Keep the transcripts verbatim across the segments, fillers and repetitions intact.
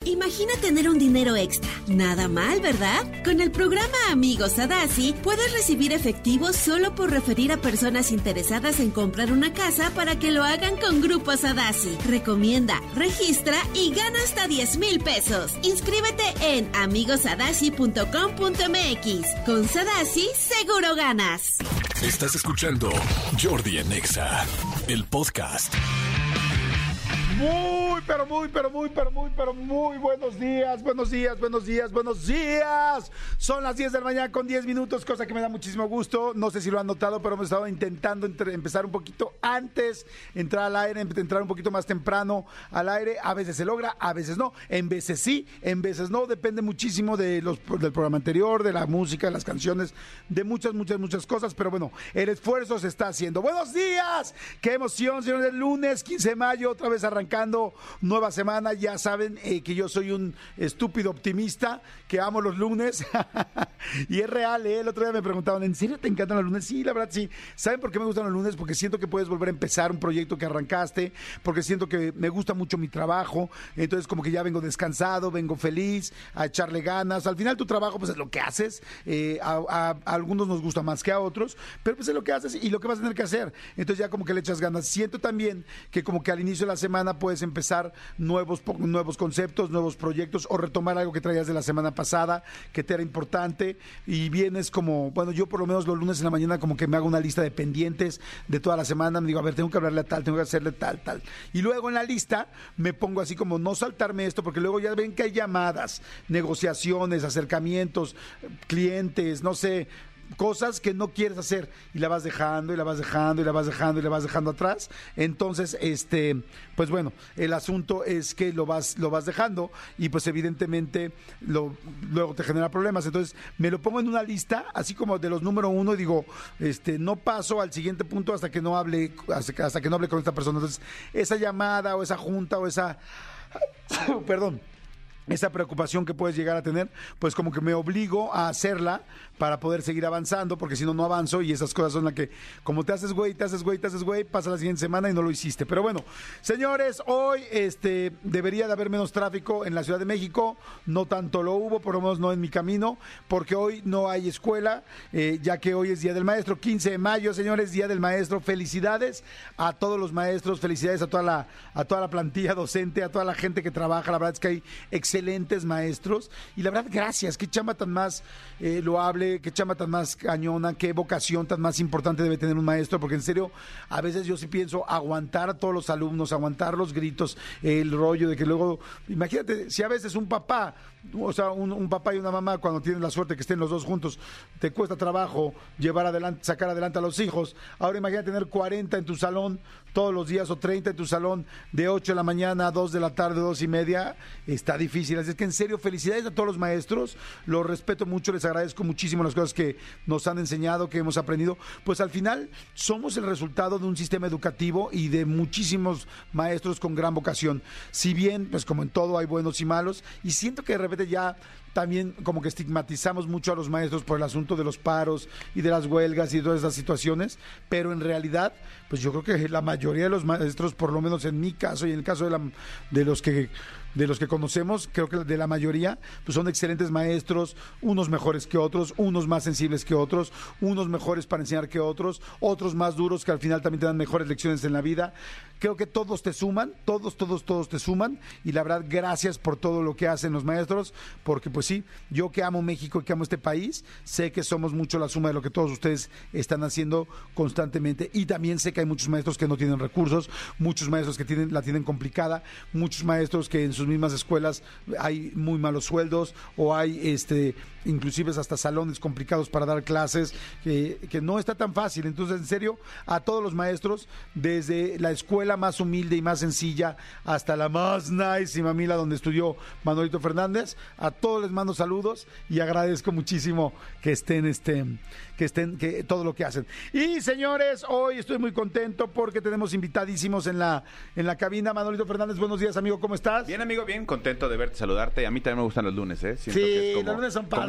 Imagina tener un dinero extra. Nada mal, ¿verdad? Con el programa Amigos Sadassi puedes recibir efectivo solo por referir a personas interesadas en comprar una casa para que lo hagan con Grupo Sadassi. Recomienda, registra y gana hasta diez mil pesos. Inscríbete en amigos sadassi punto com punto m x. Con Sadassi seguro ganas. Estás escuchando Jordi en Exa, el podcast. Muy, pero muy, pero muy, pero muy, pero muy buenos días, buenos días, buenos días, buenos días. Son las diez de la mañana con diez minutos, cosa que me da muchísimo gusto. No sé si lo han notado, pero hemos estado intentando entre, empezar un poquito antes, entrar al aire, entrar un poquito más temprano al aire. A veces se logra, a veces no. En veces sí, en veces no. Depende muchísimo de los, del programa anterior, de la música, de las canciones, de muchas, muchas, muchas cosas. Pero bueno, el esfuerzo se está haciendo. ¡Buenos días! ¡Qué emoción, señores! El lunes quince de mayo, otra vez arrancando nueva semana. Ya saben eh, que yo soy un estúpido optimista, que amo los lunes. Y es real, ¿eh? El otro día me preguntaban, ¿en serio te encantan los lunes? Sí, la verdad sí. ¿Saben por qué me gustan los lunes? Porque siento que puedes volver a empezar un proyecto que arrancaste, porque siento que me gusta mucho mi trabajo, entonces como que ya vengo descansado, vengo feliz, a echarle ganas. Al final tu trabajo pues es lo que haces, eh, a, a, a algunos nos gusta más que a otros, pero pues es lo que haces y lo que vas a tener que hacer. Entonces ya como que le echas ganas. Siento también que como que al inicio de la semana puedes empezar nuevos, nuevos conceptos, nuevos proyectos o retomar algo que traías de la semana pasada, que te era importante y vienes como, bueno, yo por lo menos los lunes en la mañana como que me hago una lista de pendientes de toda la semana, me digo, a ver, tengo que hablarle a tal, tengo que hacerle tal, tal. Y luego en la lista me pongo así como no saltarme esto, porque luego ya ven que hay llamadas, negociaciones, acercamientos, clientes, no sé, cosas que no quieres hacer y la vas dejando y la vas dejando y la vas dejando y la vas dejando atrás. Entonces, este, pues bueno, el asunto es que lo vas, lo vas dejando y pues evidentemente lo, luego te genera problemas. Entonces, me lo pongo en una lista, así como de los número uno, y digo, este, no paso al siguiente punto hasta que no hable, hasta, hasta que no hable con esta persona. Entonces, esa llamada o esa junta o esa perdón. esa preocupación que puedes llegar a tener, pues como que me obligo a hacerla para poder seguir avanzando, porque si no, no avanzo y esas cosas son las que, como te haces güey, te haces güey, te haces güey, pasa la siguiente semana y no lo hiciste. Pero bueno, señores, hoy este debería de haber menos tráfico en la Ciudad de México, no tanto lo hubo, por lo menos no en mi camino, porque hoy no hay escuela, eh, ya que hoy es Día del Maestro, quince de mayo, señores, Día del Maestro. Felicidades a todos los maestros, felicidades a toda la, a toda la plantilla docente, a toda la gente que trabaja. La verdad es que hay excelentes maestros y la verdad, gracias. Qué chamba tan más eh, loable, qué chamba tan más cañona, qué vocación tan más importante debe tener un maestro, porque en serio, a veces yo sí pienso aguantar a todos los alumnos, aguantar los gritos, el rollo de que luego, imagínate, si a veces un papá, o sea, un, un papá y una mamá, cuando tienen la suerte que estén los dos juntos, te cuesta trabajo llevar adelante, sacar adelante a los hijos. Ahora imagínate tener cuarenta en tu salón todos los días o treinta en tu salón de ocho de la mañana a dos de la tarde, dos y media, está difícil. Así es que en serio, felicidades a todos los maestros, los respeto mucho, les agradezco muchísimo las cosas que nos han enseñado, que hemos aprendido. Pues al final somos el resultado de un sistema educativo y de muchísimos maestros con gran vocación. Si bien, pues como en todo hay buenos y malos, y siento que de repente ya también como que estigmatizamos mucho a los maestros por el asunto de los paros y de las huelgas y de todas esas situaciones, pero en realidad, pues yo creo que la mayoría de los maestros, por lo menos en mi caso y en el caso de, la, de los que de los que conocemos, creo que de la mayoría, pues son excelentes maestros, unos mejores que otros, unos más sensibles que otros, unos mejores para enseñar que otros, otros más duros que al final también te dan mejores lecciones en la vida. Creo que todos te suman, todos, todos, todos te suman, y la verdad, gracias por todo lo que hacen los maestros, porque pues sí, yo que amo México y que amo este país, sé que somos mucho la suma de lo que todos ustedes están haciendo constantemente, y también sé que hay muchos maestros que no tienen recursos, muchos maestros que tienen, la tienen complicada, muchos maestros que en sus mismas escuelas hay muy malos sueldos, o hay este inclusive hasta salones complicados para dar clases, que, que no está tan fácil. Entonces, en serio, a todos los maestros, desde la escuela más humilde y más sencilla hasta la más nice y mamila donde estudió Manolito Fernández, a todos les mando saludos y agradezco muchísimo que estén, este, que estén, que todo lo que hacen. Y señores, hoy estoy muy contento porque tenemos invitadísimos en la, en la cabina. Manolito Fernández, buenos días, amigo, ¿cómo estás? Bien, amigo, bien, contento de verte, saludarte. A mí también me gustan los lunes, ¿eh? Siento sí, que es como, los lunes son padres,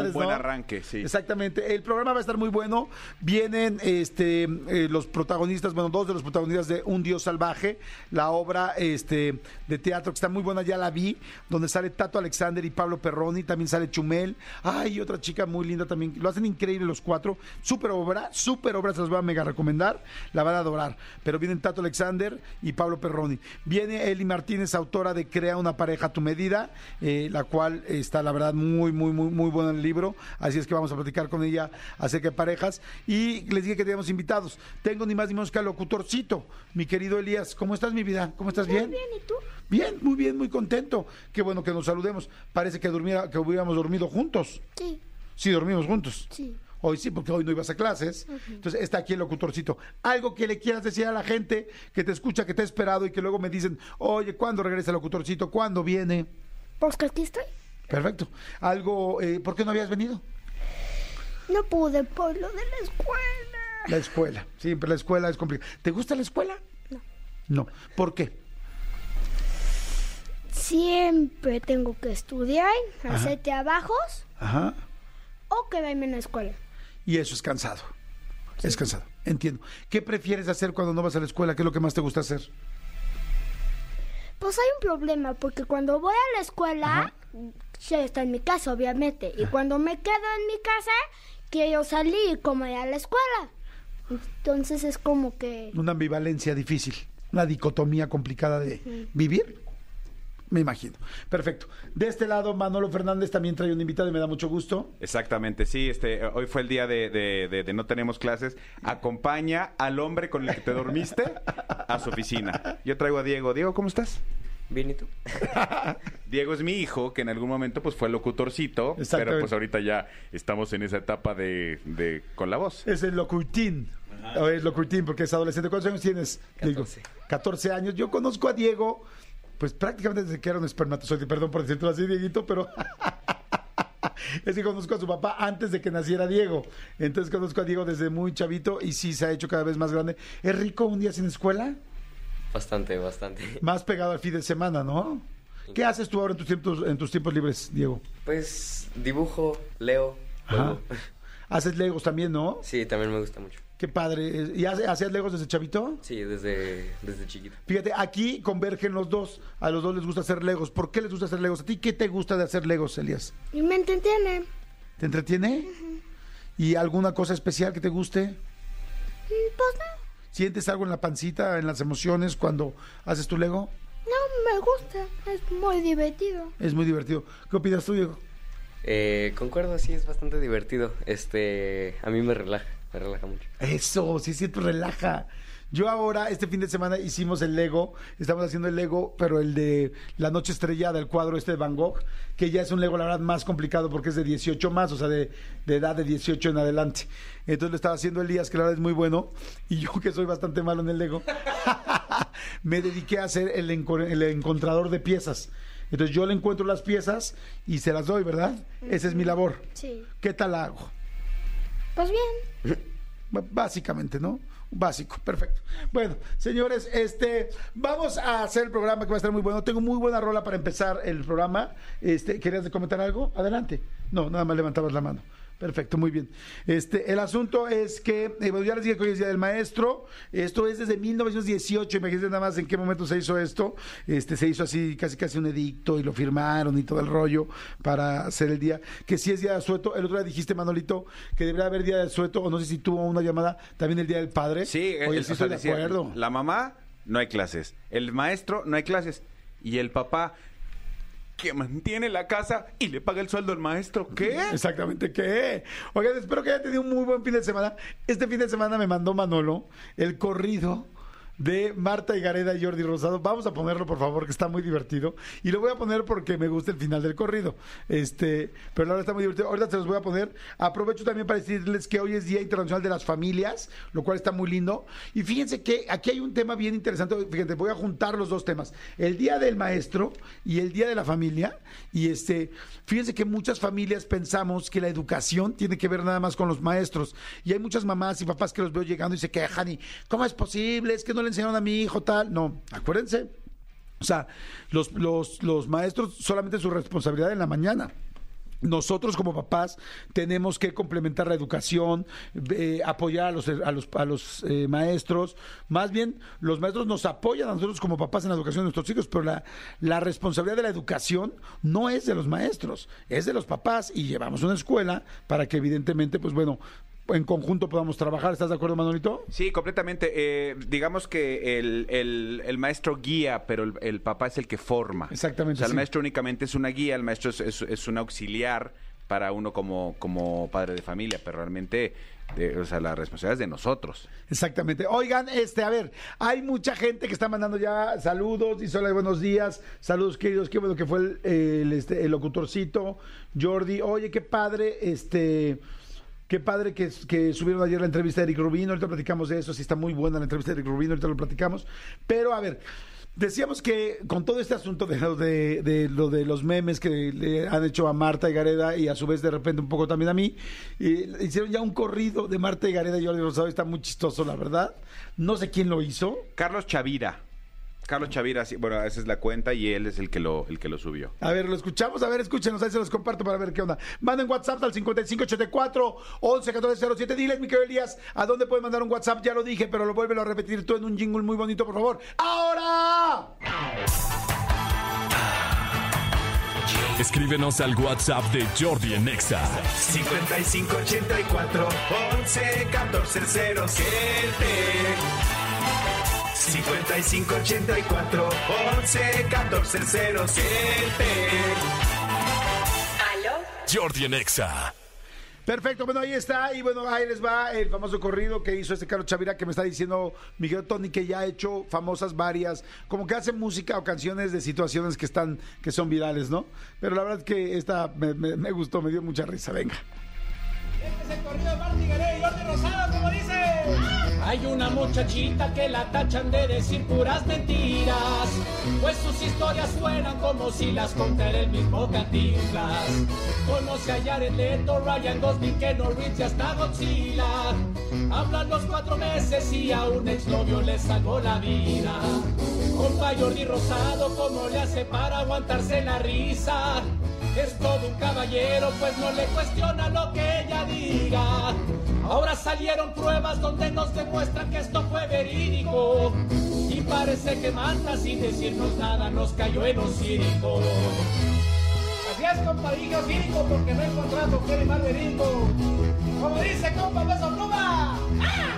tardes, un buen ¿no? arranque, sí. Exactamente. El programa va a estar muy bueno. Vienen este eh, los protagonistas, bueno, dos de los protagonistas de Un Dios Salvaje, la obra este de teatro que está muy buena, ya la vi, donde sale Tato Alexander y Pablo Perroni, también sale Chumel. Ay, otra chica muy linda también. Lo hacen increíble los cuatro. Súper obra, súper obra, se los voy a mega recomendar. La van a adorar. Pero vienen Tato Alexander y Pablo Perroni. Viene Eli Martínez, autora de Crea una pareja a tu medida, eh, la cual está, la verdad, muy, muy, muy, muy buena en el libro. Así es que vamos a platicar con ella acerca de parejas. Y les dije que teníamos invitados. Tengo ni más ni menos que al locutorcito, mi querido Elías. ¿Cómo estás, mi vida? ¿Cómo estás? ¿Bien? Muy bien, ¿y tú? Bien, muy bien, muy contento. Qué bueno que nos saludemos. Parece que durmiera, que hubiéramos dormido juntos. Sí, Sí, dormimos juntos. sí. Hoy sí, porque hoy no ibas a clases. Entonces está aquí el locutorcito. Algo que le quieras decir a la gente que te escucha, que te ha esperado y que luego me dicen, oye, ¿cuándo regresa el locutorcito? ¿Cuándo viene? Pues que aquí estoy. Perfecto. Algo, eh, ¿por qué no habías venido? No pude por lo de la escuela. La escuela. Siempre la escuela es complicada. ¿Te gusta la escuela? No. No. ¿Por qué? Siempre tengo que estudiar, hacer trabajos Ajá. o quedarme en la escuela. Y eso es cansado. Es cansado. Entiendo. ¿Qué prefieres hacer cuando no vas a la escuela? ¿Qué es lo que más te gusta hacer? Pues hay un problema, porque cuando voy a la escuela, ya está en mi casa, obviamente. Y cuando me quedo en mi casa, quiero salir como ir a la escuela. Entonces es como que... Una ambivalencia difícil. Una dicotomía complicada de vivir. Me imagino. Perfecto. De este lado, Manolo Fernández también trae un invitado y me da mucho gusto. Exactamente, sí. Este, hoy fue el día de, de, de, de no tenemos clases. Acompaña al hombre con el que te dormiste a su oficina. Yo traigo a Diego. Diego, ¿cómo estás? Bien, ¿y tú? Diego es mi hijo, que en algún momento pues fue locutorcito, Exactamente. pero pues ahorita ya estamos en esa etapa de, de con la voz. Es el locutín. O es locutín porque es adolescente. ¿Cuántos años tienes? Diego? catorce. catorce años. Yo conozco a Diego, pues prácticamente desde que era un espermatozoide. Perdón por decirlo así, Dieguito, pero... Es que conozco a su papá antes de que naciera Diego. Entonces conozco a Diego desde muy chavito y sí se ha hecho cada vez más grande. ¿Es rico un día sin escuela? Bastante, bastante. Más pegado al fin de semana, ¿no? ¿Qué haces tú ahora en tus tiempos, en tus tiempos libres, Diego? Pues dibujo, leo, Ajá. juego. Haces legos también, ¿no? Sí, también me gusta mucho. Qué padre. ¿Y hace- hacías legos desde chavito? Sí, desde, desde chiquito. Fíjate, aquí convergen los dos. A los dos les gusta hacer legos. ¿Por qué les gusta hacer legos? ¿A ti qué te gusta de hacer legos, Elías? Y me entretiene. ¿Te entretiene? ¿Y alguna cosa especial que te guste? Mm, Pues no, ¿Sientes algo en la pancita, en las emociones cuando haces tu lego? no me gusta. Es muy divertido. Es muy divertido. ¿Qué opinas tú, Diego? Eh, concuerdo, sí, es bastante divertido. Este, a mí me relaja, me relaja mucho. Eso, sí es cierto, relaja. Yo ahora, este fin de semana, hicimos el Lego, estamos haciendo el Lego, pero el de La Noche Estrellada, el cuadro este de Van Gogh, que ya es un Lego, la verdad, más complicado porque es de dieciocho más, o sea, de, de edad de dieciocho en adelante. Entonces lo estaba haciendo Elías, que la verdad es muy bueno, y yo que soy bastante malo en el Lego, me dediqué a hacer el, enco- el encontrador de piezas. Entonces yo le encuentro las piezas y se las doy, ¿verdad? Esa es mi labor. Sí. ¿Qué tal la hago? Pues bien. B- Básicamente, ¿no? Básico, perfecto. Bueno, señores, este, vamos a hacer el programa que va a estar muy bueno. Tengo muy buena rola para empezar el programa. Este, ¿querías comentar algo? Adelante. No, nada más levantabas la mano. Perfecto, muy bien. Este, el asunto es que, eh, bueno, ya les dije que hoy es Día del Maestro. Esto es desde mil novecientos dieciocho. Imagínense nada más en qué momento se hizo esto. Este, se hizo así, casi casi un edicto y lo firmaron y todo el rollo para hacer el día. Que sí es Día de Asueto. El otro día dijiste, Manolito, que debería haber Día de Asueto, o no sé si tuvo una llamada, también el Día del Padre. Sí, Oye, el- sí o sea, estoy de decía, acuerdo. la mamá, no hay clases. El maestro, no hay clases. Y el papá, que mantiene la casa y le paga el sueldo al maestro. ¿Qué? Exactamente, ¿qué? Oigan, espero que hayan tenido un muy buen fin de semana. Este fin de semana me mandó Manolo el corrido de Marta Higareda y Jordi Rosado. Vamos a ponerlo, por favor, que está muy divertido. Y lo voy a poner porque me gusta el final del corrido. Este, pero la verdad está muy divertido. Ahorita se los voy a poner. Aprovecho también para decirles que hoy es Día Internacional de las Familias, lo cual está muy lindo. Y fíjense que aquí hay un tema bien interesante. Fíjense, voy a juntar los dos temas. El Día del Maestro y el Día de la Familia. Y este, fíjense que muchas familias pensamos que la educación tiene que ver nada más con los maestros. Y hay muchas mamás y papás que los veo llegando y se quejan y ¿cómo es posible? Es que no le enseñaron a mi hijo tal. No, acuérdense. O sea, los, los, los maestros solamente su responsabilidad en la mañana. nosotros como papás tenemos que complementar la educación, eh, apoyar a los, a los, a los eh, maestros. Más bien, los maestros nos apoyan a nosotros como papás en la educación de nuestros hijos, pero la, la responsabilidad de la educación no es de los maestros, es de los papás, y llevamos una escuela para que evidentemente, pues bueno, en conjunto podamos trabajar. ¿Estás de acuerdo, Manolito? Sí, completamente. Eh, digamos que el, el, el maestro guía, pero el, el papá es el que forma. Exactamente. O sea, el sí. maestro únicamente es una guía, el maestro es, es, es un auxiliar para uno como, como padre de familia, pero realmente, de, o sea, la responsabilidad es de nosotros. Exactamente. Oigan, este, a ver, hay mucha gente que está mandando ya saludos, dice hola, buenos días, saludos queridos, qué bueno que fue el, el, este, el locutorcito, Jordi. Oye, qué padre, este... Qué padre que, que subieron ayer la entrevista de Eric Rubin. Ahorita platicamos de eso. Sí, está muy buena la entrevista de Eric Rubin. Ahorita lo platicamos. Pero, a ver, decíamos que con todo este asunto de, de, de lo de los memes que le han hecho a Marta y Gareda, y a su vez de repente un poco también a mí, eh, hicieron ya un corrido de Marta y Gareda y Jordi Rosado. Está muy chistoso, la verdad. No sé quién lo hizo. Carlos Chavira. Carlos Chavira, sí, bueno, esa es la cuenta y él es el que lo, el que lo subió. A ver, lo escuchamos, a ver, escúchenos, ahí se los comparto para ver qué onda. Manden WhatsApp al cincuenta y cinco ochenta y cuatro once catorce cero siete. Diles, mi querido Elías, ¿a dónde pueden mandar un WhatsApp? Ya lo dije, pero lo vuelven a repetir tú en un jingle muy bonito, por favor. ¡Ahora! Escríbenos al WhatsApp de Jordi en Exa. cincuenta y cinco ochenta y cuatro once catorce cero siete. cincuenta y cinco ochenta y cuatro once catorce cero siete. ¿Aló? Jordi en Exa. Perfecto, bueno, ahí está, y bueno, ahí les va el famoso corrido que hizo este Carlos Chavira, que me está diciendo Miguel Tony, que ya ha hecho famosas varias, como que hace música o canciones de situaciones que están, que son virales, ¿no? Pero la verdad es que esta me, me, me gustó, me dio mucha risa, venga. Este es el corrido de Marta y Gareda y Jordi Rosado, como dice. Hay una muchachita que la tachan de decir puras mentiras, pues sus historias suenan como si las contara el mismo Cantinflas. Conoce a Jared Leto, Ryan Gosling, Keanu Reeves y hasta Godzilla. Hablan los cuatro meses y a un exnovio le sacó la vida. Compa Jordi Rosado, ¿cómo le hace para aguantarse la risa? Es todo un caballero, pues no le cuestiona lo que ella diga. Ahora salieron pruebas donde nos demuestran que esto fue verídico, y parece que Marta, sin decirnos nada, nos cayó en hocico. Así es, compa, dije hocico porque no he encontrado que más verídico. Como dice compa Beso Pluma. ¡Ah!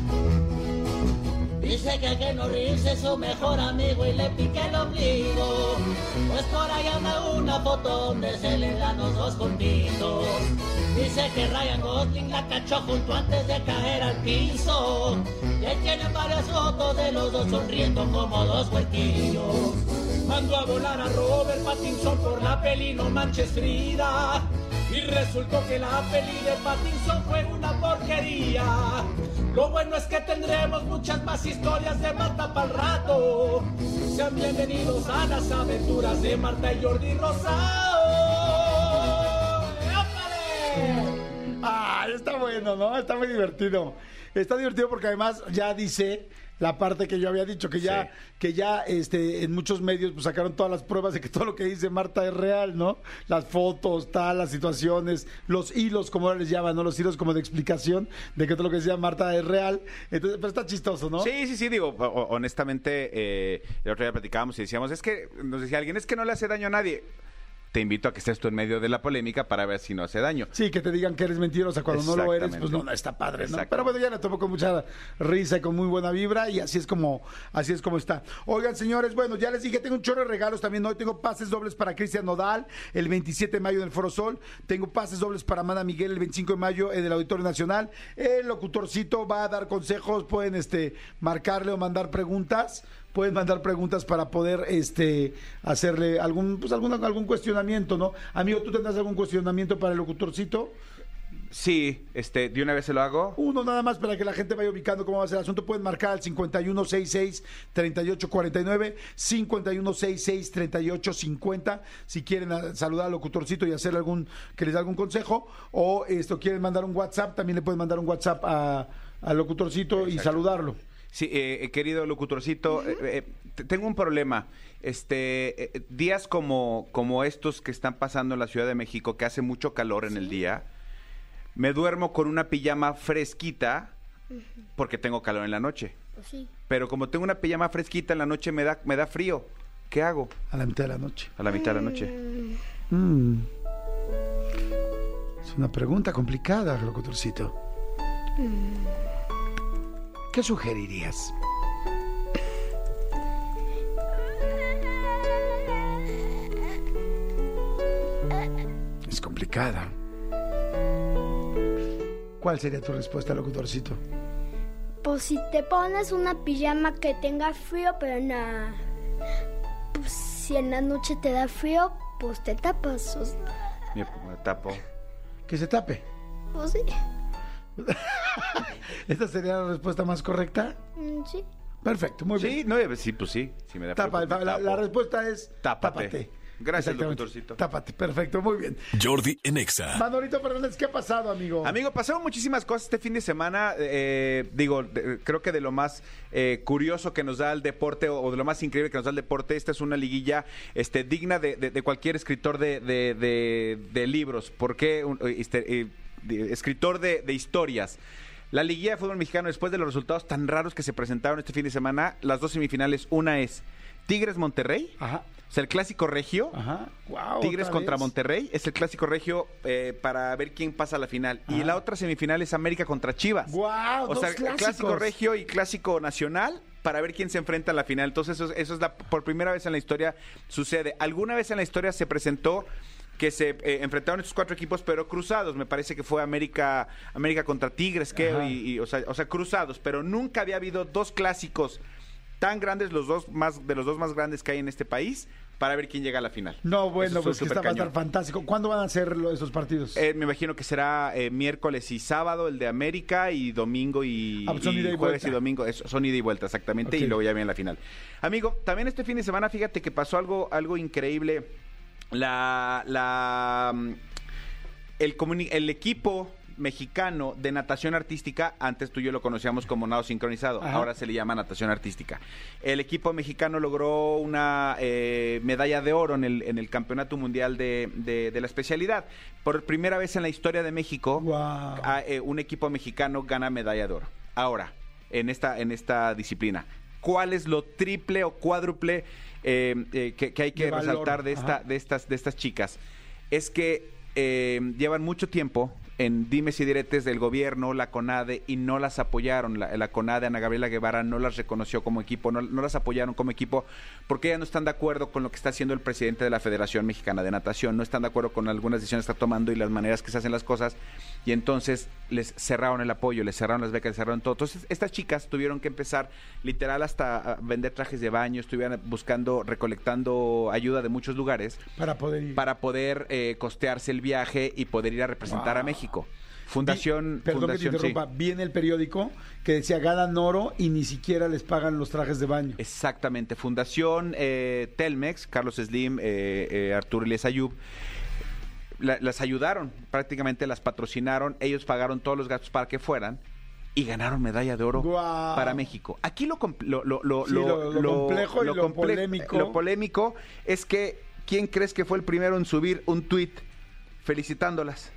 Dice que Keanu Reeves es su mejor amigo y le pique el ombligo, pues por ahí anda una foto donde se le dan los dos juntitos. Dice que Ryan Gosling la cachó junto antes de caer al piso, y ahí tienen varias fotos de los dos sonriendo como dos huerquillos. Mandó a volar a Robert Pattinson por la peli No Manches Frida, y resultó que la peli de Pattinson fue una porquería. Lo bueno es que tendremos muchas más historias de Marta para el rato. Sean bienvenidos a las aventuras de Marta y Jordi Rosado. ¡Ópale! Ah, está bueno, ¿no? Está muy divertido. Está divertido porque además ya dice la parte que yo había dicho, que ya, sí. que ya este, en muchos medios pues, sacaron todas las pruebas de que todo lo que dice Marta es real, ¿no? Las fotos, tal, las situaciones, los hilos, como ahora les llaman, ¿no? Los hilos como de explicación de que todo lo que decía Marta es real. Entonces, pero está chistoso, ¿no? Sí, sí, sí, digo, honestamente, eh, el otro día platicábamos y decíamos, es que, nos decía alguien, es que no le hace daño a nadie. Te invito a que estés tú en medio de la polémica para ver si no hace daño. Sí, que te digan que eres mentirosa cuando no lo eres, pues no, no está padre, ¿no? Pero bueno, ya la tomo con mucha risa y con muy buena vibra, y así es como, así es como está. Oigan, señores, bueno, ya les dije, tengo un chorro de regalos también hoy. Tengo pases dobles para Cristian Nodal el veintisiete de mayo en el Foro Sol. Tengo pases dobles para Amanda Miguel el veinticinco de mayo en el Auditorio Nacional. El locutorcito va a dar consejos, pueden este marcarle o mandar preguntas. Pueden mandar preguntas para poder este hacerle algún pues algún, algún cuestionamiento, ¿no? Amigo, ¿tú tendrás algún cuestionamiento para el locutorcito? Sí, este, de una vez se lo hago. Uno nada más para que la gente vaya ubicando cómo va a ser el asunto. Pueden marcar al cincuenta y uno sesenta y seis, treinta y ocho cuarenta y nueve, cincuenta y uno sesenta y seis, treinta y ocho cincuenta, si quieren a, saludar al locutorcito y hacerle algún, que les dé algún consejo, o esto quieren mandar un WhatsApp, también le pueden mandar un WhatsApp a, al locutorcito y saludarlo. Sí, eh, querido locutorcito, uh-huh. eh, eh, tengo un problema. Este, eh, días como, como estos que están pasando en la Ciudad de México, que hace mucho calor en ¿Sí? el día, me duermo con una pijama fresquita uh-huh. porque tengo calor en la noche. Sí. Pero como tengo una pijama fresquita en la noche me da, me da frío. ¿Qué hago? A la mitad de la noche. A la mitad de la noche. Mm. Es una pregunta complicada, locutorcito. Mm. ¿Qué sugerirías? Es complicada. ¿Cuál sería tu respuesta, locutorcito? Pues si te pones una pijama que tenga frío, pero en la... Pues si en la noche te da frío, pues te tapas. O sea... Me tapo. ¿Que se tape? Pues sí. ¿Esta sería la respuesta más correcta? Mm, sí. Perfecto, muy bien. Sí, no, sí, pues sí. Si me da Tapa, frío, pues la, me la respuesta es tápate. tápate. Gracias, locutorcito. Tápate, perfecto, muy bien. Jordi en Exa. Manolito Fernández, ¿qué ha pasado, amigo? Amigo, pasaron muchísimas cosas este fin de semana. Eh, digo, de, creo que de lo más eh, curioso que nos da el deporte o de lo más increíble que nos da el deporte, esta es una liguilla este, digna de, de, de cualquier escritor de, de, de, de libros. ¿Por qué? Un, este, eh, de, escritor de, de historias. La liguilla de fútbol mexicano, después de los resultados tan raros que se presentaron este fin de semana, las dos semifinales, una es Tigres Monterrey. Ajá. O sea, el clásico regio. Ajá. Wow, Tigres contra vez. Monterrey. Es el clásico regio eh, para ver quién pasa a la final. Ajá. Y la otra semifinal es América contra Chivas. Wow, o dos sea, clásicos. Clásico regio y clásico nacional para ver quién se enfrenta a la final. Entonces, eso, eso es la, por primera vez en la historia sucede. Alguna vez en la historia se presentó que se eh, enfrentaron estos cuatro equipos, pero cruzados. Me parece que fue América América contra Tigres, que y, y, o, sea, o sea, cruzados. Pero nunca había habido dos clásicos tan grandes, los dos más de los dos más grandes que hay en este país, para ver quién llega a la final. No, bueno, Eso pues que está, va a estar fantástico. ¿Cuándo van a ser lo, esos partidos? Eh, me imagino que será eh, miércoles y sábado el de América y domingo y, ah, son y ida y jueves vuelta. y domingo. Es, son ida y vuelta, exactamente, okay. Y luego ya viene la final. Amigo, también este fin de semana, fíjate que pasó algo, algo increíble. La, la, el, comuni- el equipo mexicano de natación artística, antes tú y yo lo conocíamos como nado sincronizado, Ajá. ahora se le llama natación artística. El equipo mexicano logró una eh, medalla de oro en el, en el campeonato mundial de, de, de la especialidad. Por primera vez en la historia de México, wow. a, eh, un equipo mexicano gana medalla de oro. Ahora, en esta, en esta disciplina. ¿Cuál es lo triple o cuádruple eh, eh, que, que hay que de resaltar de, esta, de, estas, de estas chicas? Es que eh, llevan mucho tiempo en dimes y diretes del gobierno, la CONADE, y no las apoyaron. La, la CONADE, Ana Gabriela Guevara, no las reconoció como equipo, no, no las apoyaron como equipo, porque ellas no están de acuerdo con lo que está haciendo el presidente de la Federación Mexicana de Natación, no están de acuerdo con algunas decisiones que está tomando y las maneras que se hacen las cosas, y entonces les cerraron el apoyo, les cerraron las becas, les cerraron todo. Entonces, estas chicas tuvieron que empezar, literal, hasta a vender trajes de baño, estuvieron buscando, recolectando ayuda de muchos lugares, para poder ir. para poder eh, costearse el viaje y poder ir a representar wow. a México. Fundación, vi, perdón fundación, que te interrumpa, sí. vi en el periódico que decía ganan oro y ni siquiera les pagan los trajes de baño. Exactamente, Fundación eh, Telmex, Carlos Slim, eh, eh, Arturo Elías Ayub, la, las ayudaron, prácticamente las patrocinaron, ellos pagaron todos los gastos para que fueran y ganaron medalla de oro wow. para México. Aquí lo lo lo lo, sí, lo, lo, lo complejo lo y lo comple- polémico. Lo polémico es que ¿quién crees que fue el primero en subir un tuit felicitándolas?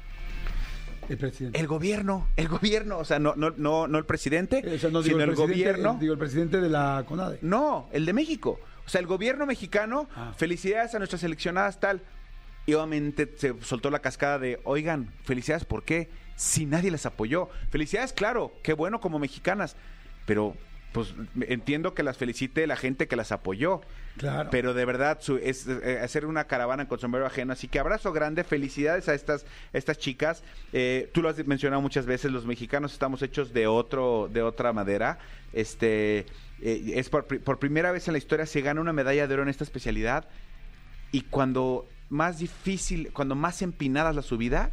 El presidente. El gobierno, el gobierno, o sea, no no no no el presidente, o sea, no, sino el, el gobierno. El, digo, el presidente de la CONADE. No, el de México. O sea, el gobierno mexicano, ah. felicidades a nuestras seleccionadas tal. Y obviamente se soltó la cascada de, oigan, felicidades, ¿por qué? Si nadie les apoyó. Felicidades, claro, qué bueno como mexicanas, pero pues entiendo que las felicite la gente que las apoyó. Claro. Pero de verdad su, es eh, hacer una caravana con sombrero ajeno. Así que abrazo grande, felicidades a estas, estas chicas. Eh, tú lo has mencionado muchas veces, los mexicanos estamos hechos de otro, de otra madera. Este eh, es por, por primera vez en la historia se gana una medalla de oro en esta especialidad. Y cuando más difícil, cuando más empinada es la subida,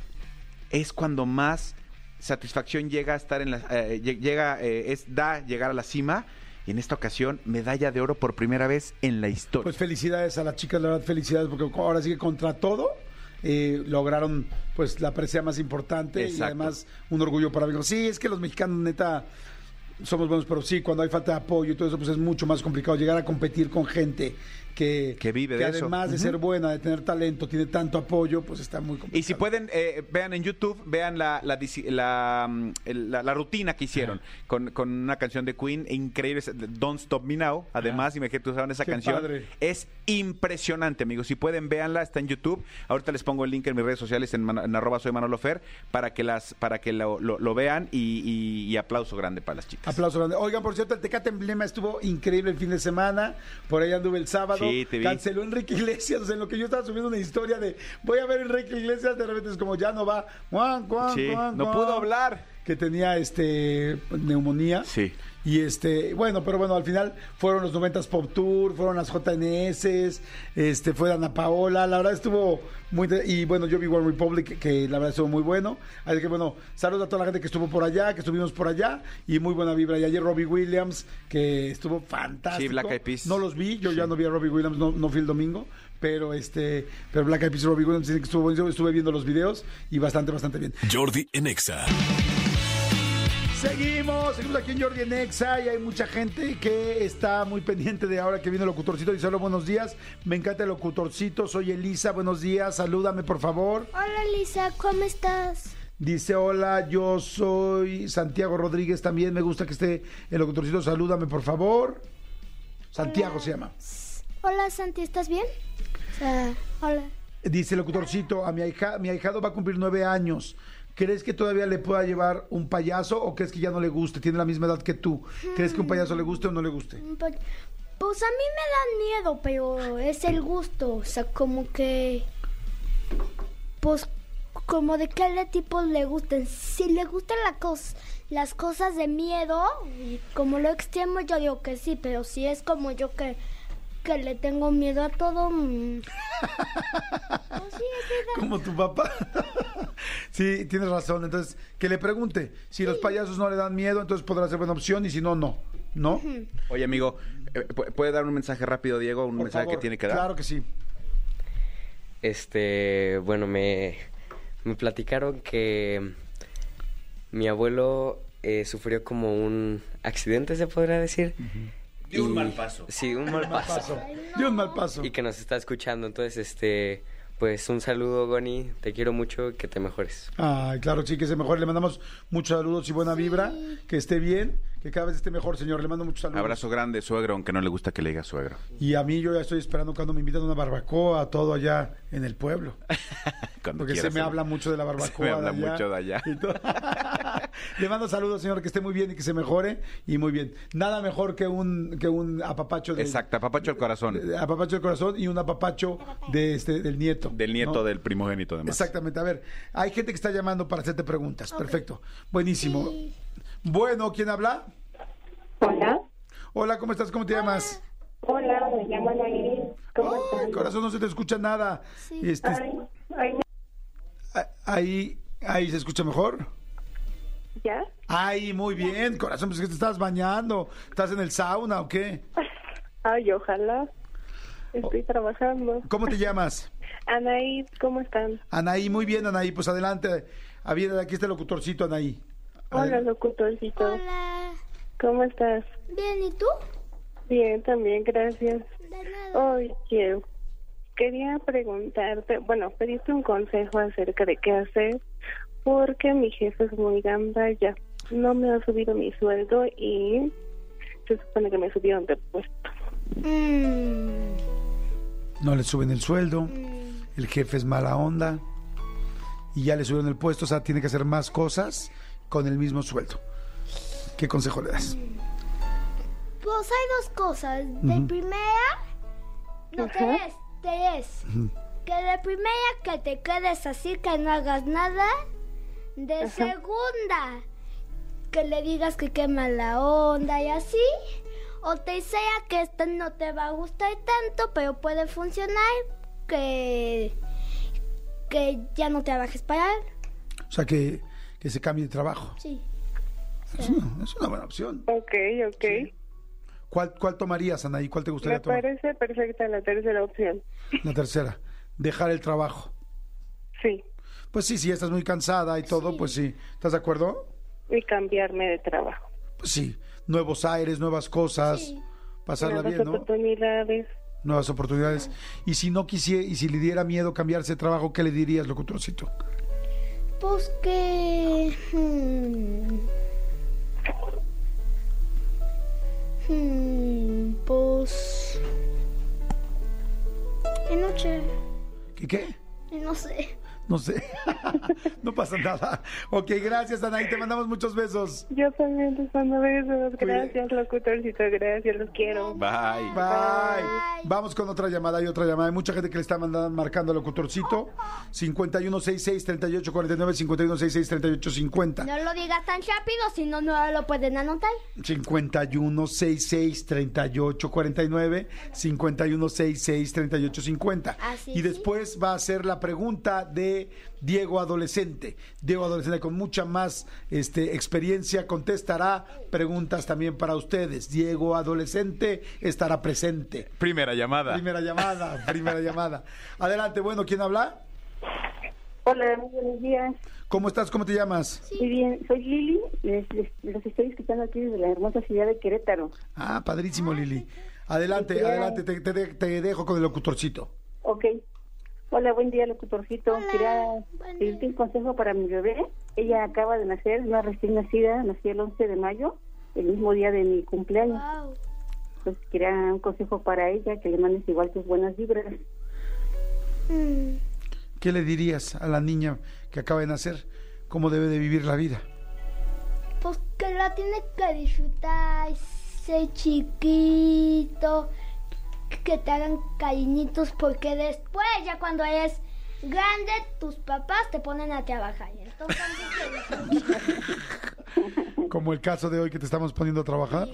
es cuando más satisfacción llega a estar en la, eh, llega, eh, es da llegar a la cima. Y en esta ocasión, medalla de oro por primera vez en la historia. Pues felicidades a las chicas, la verdad, felicidades, porque ahora sí que contra todo eh, lograron pues la presea más importante. Exacto. Y además un orgullo para mí. Sí, es que los mexicanos, neta, somos buenos, pero sí, cuando hay falta de apoyo y todo eso, pues es mucho más complicado llegar a competir con gente que, que vive que de eso. además de uh-huh. ser buena, de tener talento, tiene tanto apoyo, pues está muy complicado. Y si pueden, eh, vean en YouTube, vean la la, la, la, la rutina que hicieron con, con una canción de Queen, increíble, Don't Stop Me Now. Además, ah, imagínate, usaron esa qué canción. Padre. Es impresionante, amigos. Si pueden, véanla, está en YouTube. Ahorita les pongo el link en mis redes sociales, en, en arroba soy Manolo Fer, para que las para que lo, lo, lo vean y, y, y aplauso grande para las chicas. Aplauso grande. Oigan, por cierto, el Tecate Emblema estuvo increíble el fin de semana. Por ahí anduve el sábado. Sí, te vi. Canceló Enrique Iglesias. O sea, en lo que yo estaba subiendo una historia de voy a ver Enrique Iglesias, de repente es como ya no va. Juan, Juan, sí, Juan, no Juan, pudo hablar. Que tenía este neumonía. Sí. Y este, bueno, pero bueno, al final fueron los noventas Pop Tour, fueron las J N S, este, fue Ana Paola, la verdad estuvo muy, y bueno, yo vi One Republic, que la verdad estuvo muy bueno, así que bueno, saludos a toda la gente que estuvo por allá, que estuvimos por allá, y muy buena vibra, y ayer Robbie Williams, que estuvo fantástico. Sí, Black Eyed Peas. No los vi, yo sí. ya no vi a Robbie Williams, no, no fui el domingo, pero este, pero Black Eyed Peas y Robbie Williams dicen que estuvo buenísimo, estuve viendo los videos, y bastante, bastante bien. Jordi en Exa. Seguimos, seguimos aquí en Jordi en Exa y hay mucha gente que está muy pendiente de ahora que viene el locutorcito. Dice, hola, buenos días, me encanta el locutorcito, soy Elisa, buenos días, salúdame por favor. Hola Elisa, ¿cómo estás? Dice, hola, yo soy Santiago Rodríguez también, me gusta que esté el locutorcito, salúdame por favor. Santiago Hola. se llama. Hola Santi, ¿estás bien? O sea, hola. Dice el locutorcito, a mi, ahija, mi ahijado va a cumplir nueve años. ¿Crees que todavía le pueda llevar un payaso o crees que ya no le guste? Tiene la misma edad que tú. ¿Crees que un payaso le guste o no le guste? Pues, pues a mí me da miedo, pero es el gusto. O sea, como que... Pues como de qué tipo le gusten. Si le gustan la cos, las cosas de miedo, como lo extremo, yo digo que sí. Pero si es como yo que... que le tengo miedo a todo. Mmm. Pues sí, es como tu papá. Sí, tienes razón. Entonces, que le pregunte. Si sí. los payasos no le dan miedo, entonces podrá ser buena opción. Y si no, no. ¿No? Uh-huh. Oye, amigo, ¿puede dar un mensaje rápido, Diego? Un Por mensaje favor. que tiene que dar. Claro que sí. Este, bueno, me, me platicaron que mi abuelo eh, sufrió como un accidente, se podría decir. Uh-huh. De un y, mal paso. Sí, un mal paso. De un mal paso. Y que nos está escuchando. Entonces, este, pues un saludo, Goni. Te quiero mucho, que te mejores. Ay, claro, sí, que se mejore. Le mandamos muchos saludos y buena sí. vibra. Que esté bien, que cada vez esté mejor, señor. Le mando muchos saludos. Abrazo grande, suegro, aunque no le gusta que le diga suegro. Y a mí yo ya estoy esperando cuando me invitan a una barbacoa, todo allá en el pueblo. Porque se me ser. habla mucho de la barbacoa. Se me habla de allá, mucho de allá. Le mando saludos, señor, que esté muy bien y que se mejore. Y muy bien. Nada mejor que un que un apapacho. De, Exacto, apapacho del corazón. De, apapacho del corazón y un apapacho de este del nieto. Del nieto, ¿no? Del primogénito, además. Exactamente. A ver, hay gente que está llamando para hacerte preguntas. Okay. Perfecto. Buenísimo. Sí. Bueno, ¿quién habla? Hola. Hola, ¿cómo estás? ¿Cómo te llamas? Hola, me llamo Anaí. ¿Cómo Ay, estás? Corazón, no se te escucha nada. Sí. Este, ay, ay. Ahí, ahí se escucha mejor. ¿Ya? Ay, muy bien, corazón, pues que te estás bañando. ¿Estás en el sauna o qué? Ay, ojalá. Estoy oh. trabajando. ¿Cómo te llamas? Anaí, ¿cómo están? Anaí, muy bien, Anaí, pues adelante. Aquí está el locutorcito, Anaí. Hola, locutorcito. Hola. ¿Cómo estás? Bien, ¿y tú? Bien, también, gracias. De nada. Oye, quería preguntarte, bueno, pedirte un consejo acerca de qué hacer, porque mi jefe es muy gandalla. No me ha subido mi sueldo y se supone que me subieron de puesto. Mm. No le suben el sueldo, Mm. el jefe es mala onda y ya le subieron el puesto, o sea, tiene que hacer más cosas con el mismo sueldo. ¿Qué consejo le das? Pues hay dos cosas. De uh-huh. primera, no uh-huh. tres, tres. Uh-huh. Que de primera que te quedes así, que no hagas nada. De uh-huh. segunda, que le digas que qué mala onda y así. O te sea que esto no te va a gustar tanto, pero puede funcionar, que, que ya no trabajes para él. O sea, que, que se cambie de trabajo. Sí. Es una, es una buena opción. Ok, ok. Sí. ¿Cuál, ¿Cuál tomarías, Anaí? ¿Cuál te gustaría Me tomar? Me parece perfecta la tercera opción. La tercera, dejar el trabajo. Sí. Pues sí, si ya estás muy cansada y todo, sí. Pues sí. ¿Estás de acuerdo? Y cambiarme de trabajo. pues sí, nuevos aires, nuevas cosas, Sí. pasarla Nuevas bien, ¿no? oportunidades. Nuevas oportunidades. Y si no quisiera, y si le diera miedo cambiarse de trabajo, ¿qué le dirías, locutorcito? Pues que... hmm, hmm, pues... que noche, ¿Qué qué? no sé. No sé. No pasa nada. Ok, gracias, Anaí. Te mandamos muchos besos. Yo también les mando besos. Gracias, locutorcito. Gracias, los quiero. Bye. Bye. Vamos con otra llamada. Hay otra llamada. Hay mucha gente que le está mandando, marcando al locutorcito. cincuenta y uno sesenta y seis, treinta y ocho cuarenta y nueve, cincuenta y uno sesenta y seis, treinta y ocho cincuenta. No lo digas tan rápido, si no, no lo pueden anotar. cincuenta y uno sesenta y seis, treinta y ocho cuarenta y nueve, cincuenta y uno sesenta y seis, treinta y ocho cincuenta. Así Y después va a ser la pregunta de Diego Adolescente. Diego Adolescente con mucha más este, experiencia contestará preguntas también para ustedes. Diego Adolescente estará presente. Primera llamada. Primera llamada, primera llamada. Adelante, bueno, ¿quién habla? Hola, muy buenos días. ¿Cómo estás? ¿Cómo te llamas? Muy bien, soy Lili, les, les- los estoy escuchando aquí desde la hermosa ciudad de Querétaro. Ah, padrísimo, Lili. Adelante, Bien. adelante, te, te de- te dejo con el locutorcito. Ok. Hola, buen día, locutorcito. Quería pedirte un consejo para mi bebé. Ella acaba de nacer, una recién nacida, nació el once de mayo, el mismo día de mi cumpleaños. Wow. Pues quería un consejo para ella, que le mandes igual tus buenas vibras. Mm, ¿Qué le dirías a la niña que acaba de nacer? ¿Cómo debe de vivir la vida? pues que la tiene que disfrutar, ser chiquito, que te hagan cariñitos, porque después, ya cuando eres grande, tus papás te ponen a trabajar. Y entonces, Como el caso de hoy que te estamos poniendo a trabajar.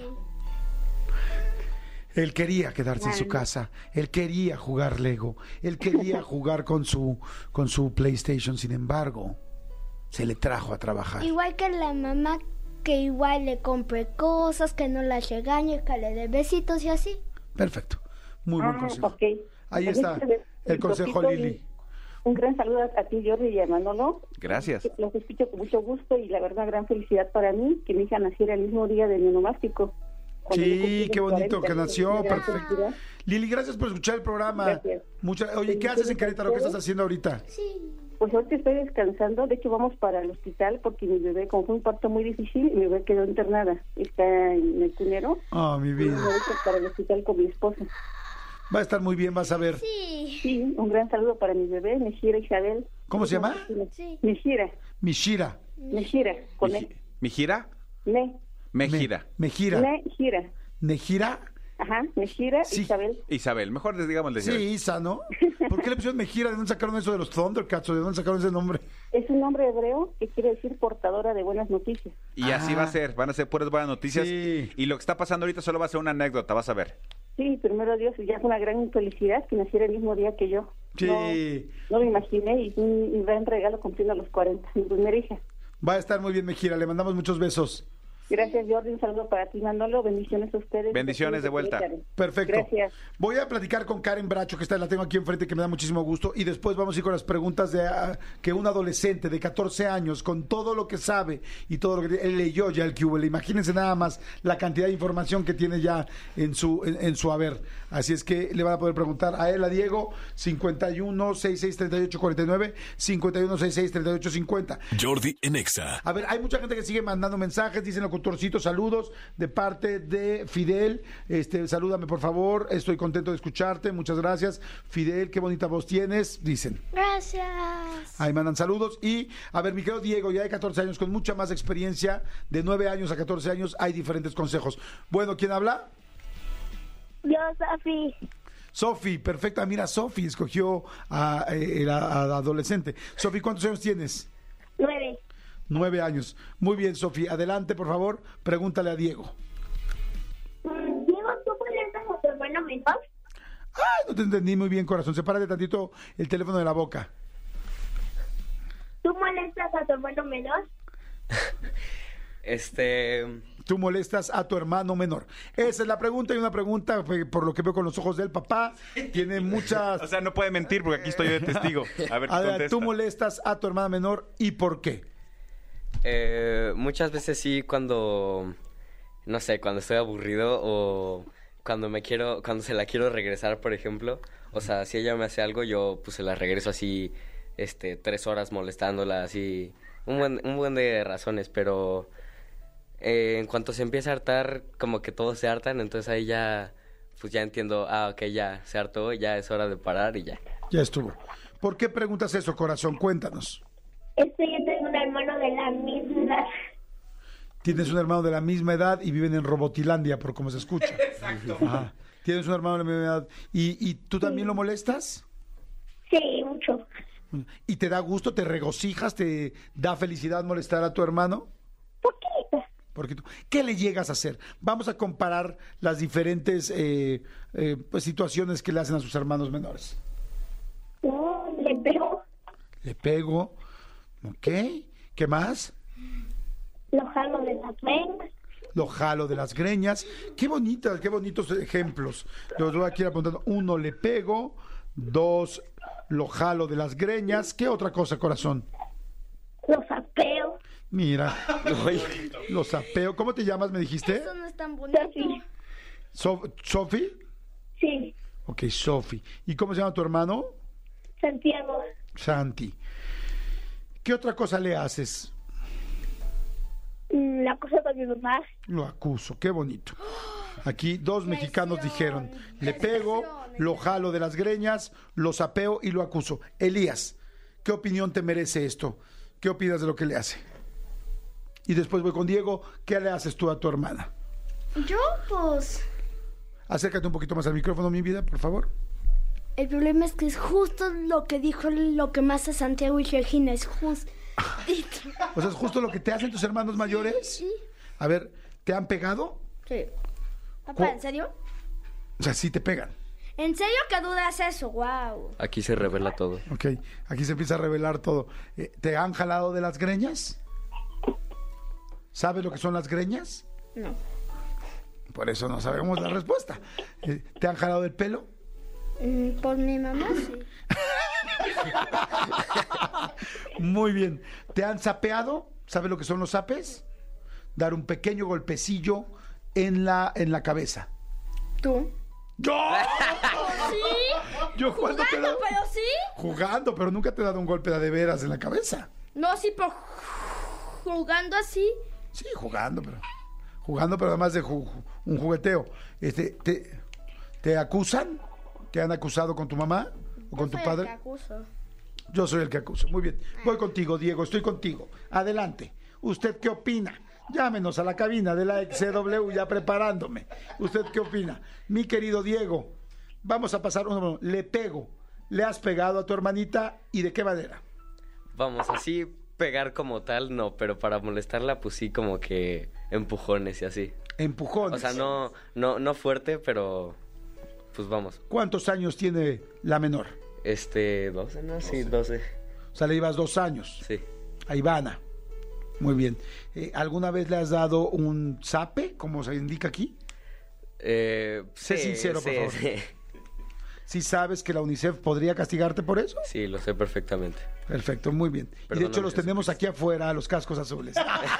Él quería quedarse en su casa, él quería jugar Lego, él quería jugar con su con su PlayStation, sin embargo, se le trajo a trabajar. igual que la mamá, que igual le compre cosas, que no la regañe, que le dé besitos y así. Perfecto, muy buen Ah, consejo. ok. Ahí Pues está este, el consejo, locutorcito, Lili. y Un gran saludo a ti, Jordi, y a Manolo. Gracias. Los escucho con mucho gusto y la verdad, gran felicidad para mí que mi hija naciera el mismo día de mi onomástico. Cuando yo Sí, cumplí qué los bonito cuarenta, que nació, una gran perfecto. felicidad. Lili, gracias por escuchar el programa. Gracias. Mucha- Oye, ¿qué haces en Querétaro? ¿Qué estás haciendo ahorita? Sí. Pues ahorita estoy descansando, de hecho vamos para el hospital porque mi bebé, como fue un parto muy difícil, mi bebé quedó internada, está en el cunero. Oh, mi Y vida. me voy para el hospital con mi esposa. Va a estar muy bien, vas a ver. Sí. Sí, un gran saludo para mi bebé, Mejira Isabel. ¿Cómo se llama? Sí. Mejira, Mishira. Mejira, con ¿Mi, E. mi gira? Me, Me gira. Mejira. Mejira. ¿Mejira? Ajá, Mejira Sí. Isabel. Isabel, mejor les digamos de Sí, Isabel. Isa, ¿no? ¿Por qué le pusieron Mejira? ¿De dónde sacaron eso de los Thundercats o de dónde sacaron ese nombre? Es un nombre hebreo que quiere decir portadora de buenas noticias. Y así Ah. va a ser, van a ser puras buenas noticias. Sí. Y lo que está pasando ahorita solo va a ser una anécdota, vas a ver. Sí, primero Dios, ya fue una gran felicidad que naciera el mismo día que yo. Sí. No, no me imaginé y un, un gran regalo cumpliendo los cuarenta, mi primera hija. Va a estar muy bien, Mejira. Le mandamos muchos besos. Gracias, Jordi. Un saludo para ti, Manolo. Bendiciones a ustedes. Bendiciones de vuelta. Perfecto. Gracias. Voy a platicar con Karen Bracho, que está, la tengo aquí enfrente, que me da muchísimo gusto, y después vamos a ir con las preguntas de ah, que un adolescente de catorce años, con todo lo que sabe y todo lo que él leyó ya el Q L. Imagínense nada más la cantidad de información que tiene ya en su en, en su haber. Así es que le van a poder preguntar a él, a Diego, cincuenta y uno sesenta y seis, treinta y ocho cuarenta y nueve, cincuenta y uno sesenta y seis, treinta y ocho cincuenta. Jordi en Exa. A ver, hay mucha gente que sigue mandando mensajes, dicen locutorcito, saludos de parte de Fidel, este, salúdame por favor, estoy contento de escucharte, muchas gracias. Fidel, qué bonita voz tienes, dicen. Gracias. Ahí mandan saludos. Y, a ver, mi querido Diego, ya de catorce años, con mucha más experiencia, de nueve años a catorce años, hay diferentes consejos. Bueno, ¿quién habla? Yo, Sofi. Sofi, perfecta. Mira, Sofi escogió a, eh, a, a adolescente. Sofi, ¿cuántos años tienes? Nueve. Nueve años. Muy bien, Sofi. Adelante, por favor. Pregúntale a Diego. Diego, ¿tú molestas a tu hermano menor? Ay, no te entendí muy bien, corazón. Sepárate tantito el teléfono de la boca. ¿Tú molestas a tu hermano menor? Este... Tú molestas a tu hermano menor. Esa es la pregunta, y una pregunta, eh, por lo que veo con los ojos del papá, tiene muchas... O sea, no puede mentir porque aquí estoy yo de testigo. A ver qué A ver, contesta. tú molestas a tu hermana menor, ¿y por qué? Eh, muchas veces sí, cuando no sé, cuando estoy aburrido o cuando me quiero, cuando se la quiero regresar, por ejemplo. O sea, si ella me hace algo, yo pues se la regreso así, este, tres horas molestándola, así, un buen, un buen de razones, pero eh, en cuanto se empieza a hartar, como que todos se hartan, entonces ahí ya, pues ya entiendo, ah, ok, ya se hartó, ya es hora de parar y ya. Ya estuvo. ¿Por qué preguntas eso, corazón? Cuéntanos. Este, yo tengo un hermano de la misma edad. Tienes un hermano de la misma edad y viven en Robotilandia, por cómo se escucha. Exacto. Ajá. Tienes un hermano de la misma edad. ¿Y, y tú también lo molestas? Sí, mucho. ¿Y te da gusto, te regocijas, te da felicidad molestar a tu hermano? Poquito. Porque tú, ¿qué le llegas a hacer? Vamos a comparar las diferentes eh, eh, pues, situaciones que le hacen a sus hermanos menores. No, le pego. Le pego. Ok. ¿Qué más? Lo jalo de las venas. Lo jalo de las greñas. Qué bonitas, qué bonitos ejemplos. Los voy aquí apuntando. Uno, le pego. Dos, lo jalo de las greñas. ¿Qué otra cosa, corazón? Lo sapeo. Mira. Lo sapeo. ¿Cómo te llamas, me dijiste? Eso no es tan bonito. So- ¿Sofi? Sí, Ok, Sofi. ¿Y cómo se llama tu hermano? Santiago. Santi. ¿Qué otra cosa le haces? Mm, La cosa con mi mamá. Lo acuso, qué bonito. Aquí dos mexicanos dijeron, le pego, lo jalo de las greñas, lo sapeo y lo acuso. Elías, ¿qué opinión te merece esto? ¿Qué opinas de lo que le hace? Y después voy con Diego, ¿qué le haces tú a tu hermana? Yo, pues... Acércate un poquito más al micrófono, mi vida, por favor. El problema es que es justo lo que dijo lo que más hace Santiago y Regina, es justo. O sea, ¿es justo lo que te hacen tus hermanos mayores? Sí. A ver, ¿te han pegado? Sí. Papá, ¿Cu- ¿en serio? O sea, sí te pegan. ¿En serio que dudas eso? Wow. Aquí se revela todo. Ok, aquí se empieza a revelar todo. Eh, ¿Te han jalado de las greñas? ¿Sabes lo que son las greñas? No. Por eso no sabemos la respuesta. Eh, ¿Te han jalado el pelo? Mm, por mi mamá, sí. Muy bien. ¿Te han sapeado? ¿Sabes lo que son los sapes? Dar un pequeño golpecillo en la, en la cabeza. ¿Tú? ¡Yo! ¿Sí? ¿Yo cuándo te he ¿Jugando, dado- pero sí? Jugando, pero nunca te he dado un golpe de, de veras en la cabeza. No, sí, por jugando así. Sí, jugando, pero... Jugando, pero además de ju- un jugueteo. Este, te, ¿Te acusan? ¿Te han acusado con tu mamá o con tu padre? acuso. Yo soy el que acuso. Muy bien. Voy contigo, Diego. Estoy contigo. Adelante. ¿Usted qué opina? Llámenos a la cabina de la X C W ya preparándome. ¿Usted qué opina? Mi querido Diego, vamos a pasar uno. Le pego. ¿Le has pegado a tu hermanita y de qué manera? Vamos, así pegar como tal, no, pero para molestarla, pues sí, como que empujones y así. Empujones. O sea, no, no, no fuerte, pero pues vamos. ¿Cuántos años tiene la menor? Este, doce, ¿no? Sí, doce. O sea, le llevas dos años. Sí. A Ivana. Muy bien. Eh, ¿Alguna vez le has dado un zape, como se indica aquí? Eh, Sé sí, sincero, por sí, favor. Sí. ¿Sí sabes que la UNICEF podría castigarte por eso? Sí, lo sé perfectamente. Perfecto, muy bien. Y de Perdóname, hecho los tenemos aquí afuera, los cascos azules.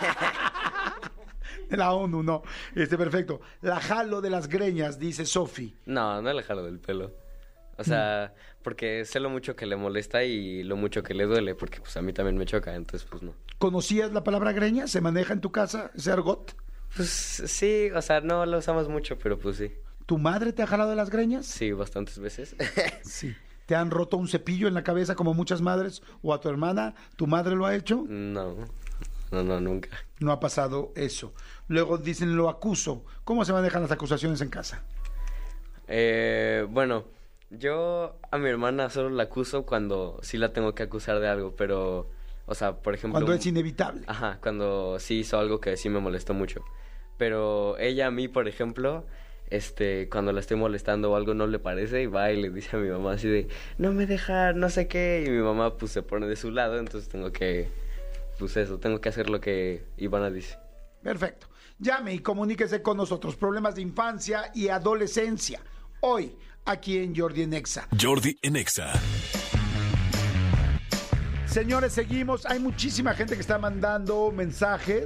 De la ONU, no. Este, perfecto. La jalo de las greñas, dice Sofi. No, no le jalo del pelo. O sea, porque sé lo mucho que le molesta y lo mucho que le duele, porque pues a mí también me choca, entonces pues no. ¿Conocías la palabra greña? ¿Se maneja en tu casa ese argot? Pues sí, o sea, no lo usamos mucho, pero pues sí. ¿Tu madre te ha jalado de las greñas? Sí, bastantes veces. Sí. ¿Te han roto un cepillo en la cabeza como muchas madres? ¿O a tu hermana? ¿Tu madre lo ha hecho? No, no, no, nunca. No ha pasado eso. Luego dicen lo acuso. ¿Cómo se manejan las acusaciones en casa? Eh, bueno, yo a mi hermana solo la acuso cuando sí la tengo que acusar de algo, pero, o sea, por ejemplo... Cuando es inevitable. Ajá, cuando sí hizo algo que sí me molestó mucho. Pero ella a mí, por ejemplo, este, cuando la estoy molestando o algo no le parece, y va y le dice a mi mamá así de, no me deja, no sé qué, y mi mamá pues se pone de su lado, entonces tengo que, pues eso, tengo que hacer lo que Ivana dice. Perfecto. Llame y comuníquese con nosotros. Problemas de infancia y adolescencia. Hoy, aquí en Jordi en Exa. Jordi en Exa. Señores, seguimos. Hay muchísima gente que está mandando mensajes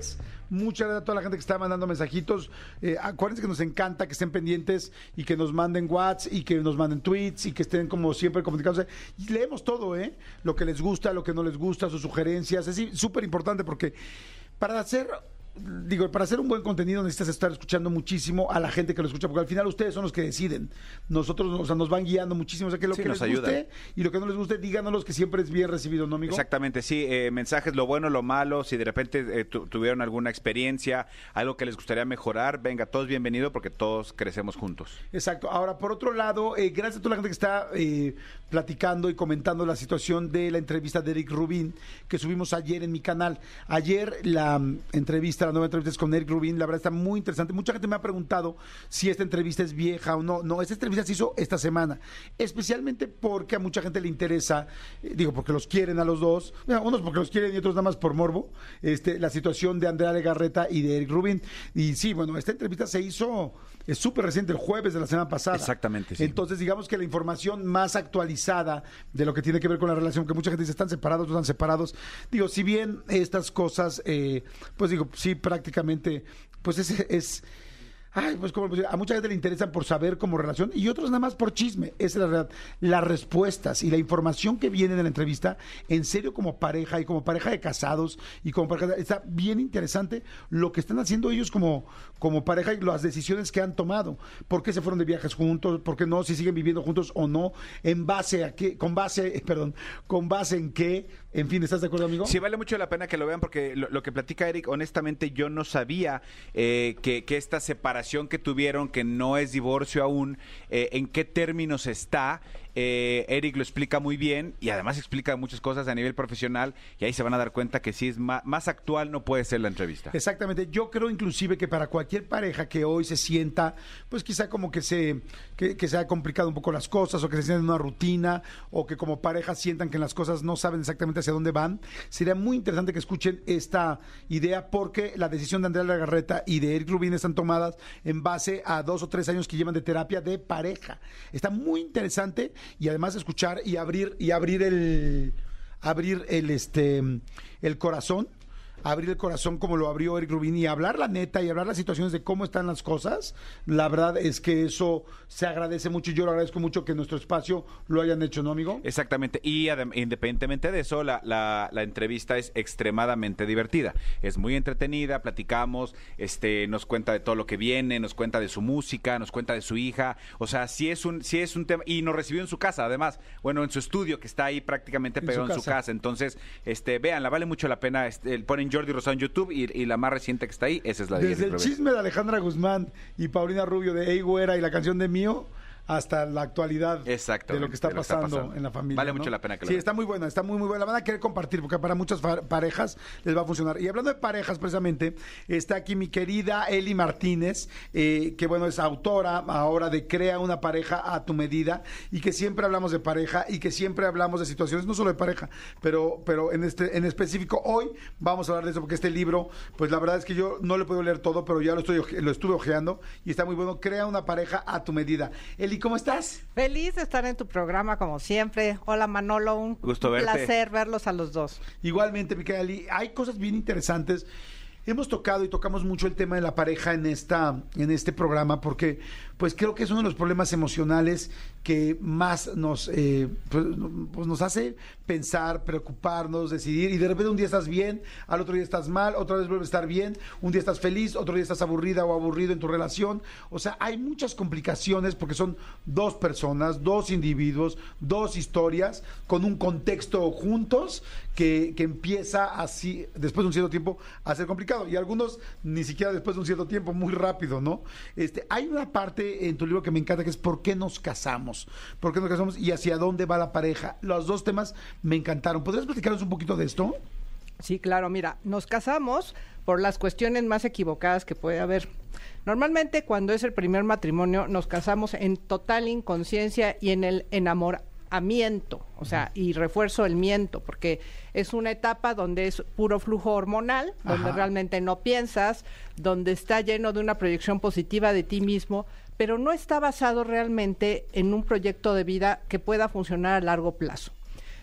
Muchas gracias a toda la gente que está mandando mensajitos. Eh, acuérdense que nos encanta que estén pendientes y que nos manden WhatsApp y que nos manden tweets y que estén como siempre comunicándose. Y leemos todo, ¿eh? Lo que les gusta, lo que no les gusta, sus sugerencias. Es súper importante porque para hacer... Digo, para hacer un buen contenido necesitas estar escuchando muchísimo a la gente que lo escucha, porque al final ustedes son los que deciden. Nosotros, o sea, nos van guiando muchísimo. O sea, que lo sí, que les ayuda. Guste y lo que no les guste, díganos, que siempre es bien recibido, ¿no, amigo? Exactamente, sí. Eh, mensajes, lo bueno, lo malo. Si de repente eh, tu, tuvieron alguna experiencia, algo que les gustaría mejorar, venga, todos bienvenidos porque todos crecemos juntos. Exacto. Ahora, por otro lado, eh, gracias a toda la gente que está eh, platicando y comentando la situación de la entrevista de Eric Rubin que subimos ayer en mi canal. Ayer la um, entrevista la nueva entrevista es con Eric Rubin, la verdad está muy interesante. Mucha gente me ha preguntado si esta entrevista es vieja o no. No, esta entrevista se hizo esta semana, especialmente porque a mucha gente le interesa, eh, digo, porque los quieren a los dos, bueno, unos porque los quieren y otros nada más por morbo, este, la situación de Andrea Legarreta y de Eric Rubin. Y sí, bueno, esta entrevista se hizo, es súper reciente, el jueves de la semana pasada. Exactamente, sí. Entonces, digamos que la información más actualizada de lo que tiene que ver con la relación, que mucha gente dice, están separados, no están separados. Digo, si bien estas cosas, eh, pues digo, sí, prácticamente, pues es, es ay, pues como a mucha gente le interesan por saber cómo relación y otros nada más por chisme. Esa es la verdad. Las respuestas y la información que viene de la entrevista, en serio, como pareja y como pareja de casados y como pareja, está bien interesante lo que están haciendo ellos como, como pareja y las decisiones que han tomado. ¿Por qué se fueron de viajes juntos? ¿Por qué no? Si siguen viviendo juntos o no. ¿En base a qué? Con base, perdón, con base en qué. En fin, ¿estás de acuerdo, amigo? Sí, vale mucho la pena que lo vean porque lo, lo que platica Eric, honestamente yo no sabía eh, que, que esta separación que tuvieron, que no es divorcio aún, eh, en qué términos está. Eh, Eric lo explica muy bien y además explica muchas cosas a nivel profesional y ahí se van a dar cuenta que sí es más, más actual no puede ser la entrevista. Exactamente, yo creo inclusive que para cualquier pareja que hoy se sienta, pues quizá como que se que, que se ha complicado un poco las cosas o que se sienten en una rutina o que como pareja sientan que las cosas no saben exactamente hacia dónde van, sería muy interesante que escuchen esta idea porque la decisión de Andrea Legarreta y de Eric Rubin están tomadas en base a dos o tres años que llevan de terapia de pareja. Está muy interesante y además escuchar y abrir y abrir el abrir el este el corazón abrir el corazón como lo abrió Eric Rubin y hablar la neta y hablar las situaciones de cómo están las cosas. La verdad es que eso se agradece mucho y yo lo agradezco mucho que nuestro espacio lo hayan hecho, ¿no, amigo? Exactamente, y independientemente de eso, la, la, la entrevista es extremadamente divertida, es muy entretenida, platicamos, este, nos cuenta de todo lo que viene, nos cuenta de su música, nos cuenta de su hija, o sea, sí es un, sí es un tema, y nos recibió en su casa, además, bueno, en su estudio, que está ahí prácticamente pegado en su, en su casa, entonces, este, véanla, vale mucho la pena, este, ponen Jordi Rosado en YouTube y, y la más reciente que está ahí, esa es la de Desde el chisme de Alejandra Guzmán y Paulina Rubio de Ey Güera y la canción de Mío hasta la actualidad de lo que está, pasando, está pasando en la familia. Vale, ¿no? Mucho la pena que lo Sí, vean. Está muy buena, está muy muy buena. La van a querer compartir porque para muchas parejas les va a funcionar. Y hablando de parejas, precisamente, está aquí mi querida Eli Martínez, eh, que bueno, es autora ahora de Crea una pareja a tu medida y que siempre hablamos de pareja y que siempre hablamos de situaciones, no solo de pareja, pero, pero en este en específico hoy vamos a hablar de eso porque este libro, pues la verdad es que yo no lo puedo leer todo, pero ya lo estoy lo estuve ojeando y está muy bueno. Crea una pareja a tu medida. Eli, ¿cómo estás? Feliz de estar en tu programa como siempre. Hola Manolo, un, Gusto un verte. placer verlos a los dos. Igualmente, mi querida Eli, hay cosas bien interesantes. Hemos tocado y tocamos mucho el tema de la pareja en esta en este programa porque pues creo que es uno de los problemas emocionales que más nos eh, pues, pues nos hace pensar, preocuparnos, decidir y de repente un día estás bien, al otro día estás mal, otra vez vuelves a estar bien, un día estás feliz, otro día estás aburrida o aburrido en tu relación. O sea, hay muchas complicaciones porque son dos personas, dos individuos, dos historias con un contexto juntos que, que empieza así, después de un cierto tiempo, a ser complicado. Y algunos ni siquiera después de un cierto tiempo, muy rápido, ¿no? Este, hay una parte en tu libro que me encanta que es ¿por qué nos casamos? ¿Por qué nos casamos? Y hacia dónde va la pareja. Los dos temas me encantaron. ¿Podrías platicarnos un poquito de esto? Sí, claro, mira, nos casamos por las cuestiones más equivocadas que puede haber. Normalmente cuando es el primer matrimonio nos casamos en total inconsciencia y en el enamoramiento, o sea, y refuerzo el miento, porque es una etapa donde es puro flujo hormonal, donde Ajá. realmente no piensas, donde está lleno de una proyección positiva de ti mismo, pero no está basado realmente en un proyecto de vida que pueda funcionar a largo plazo.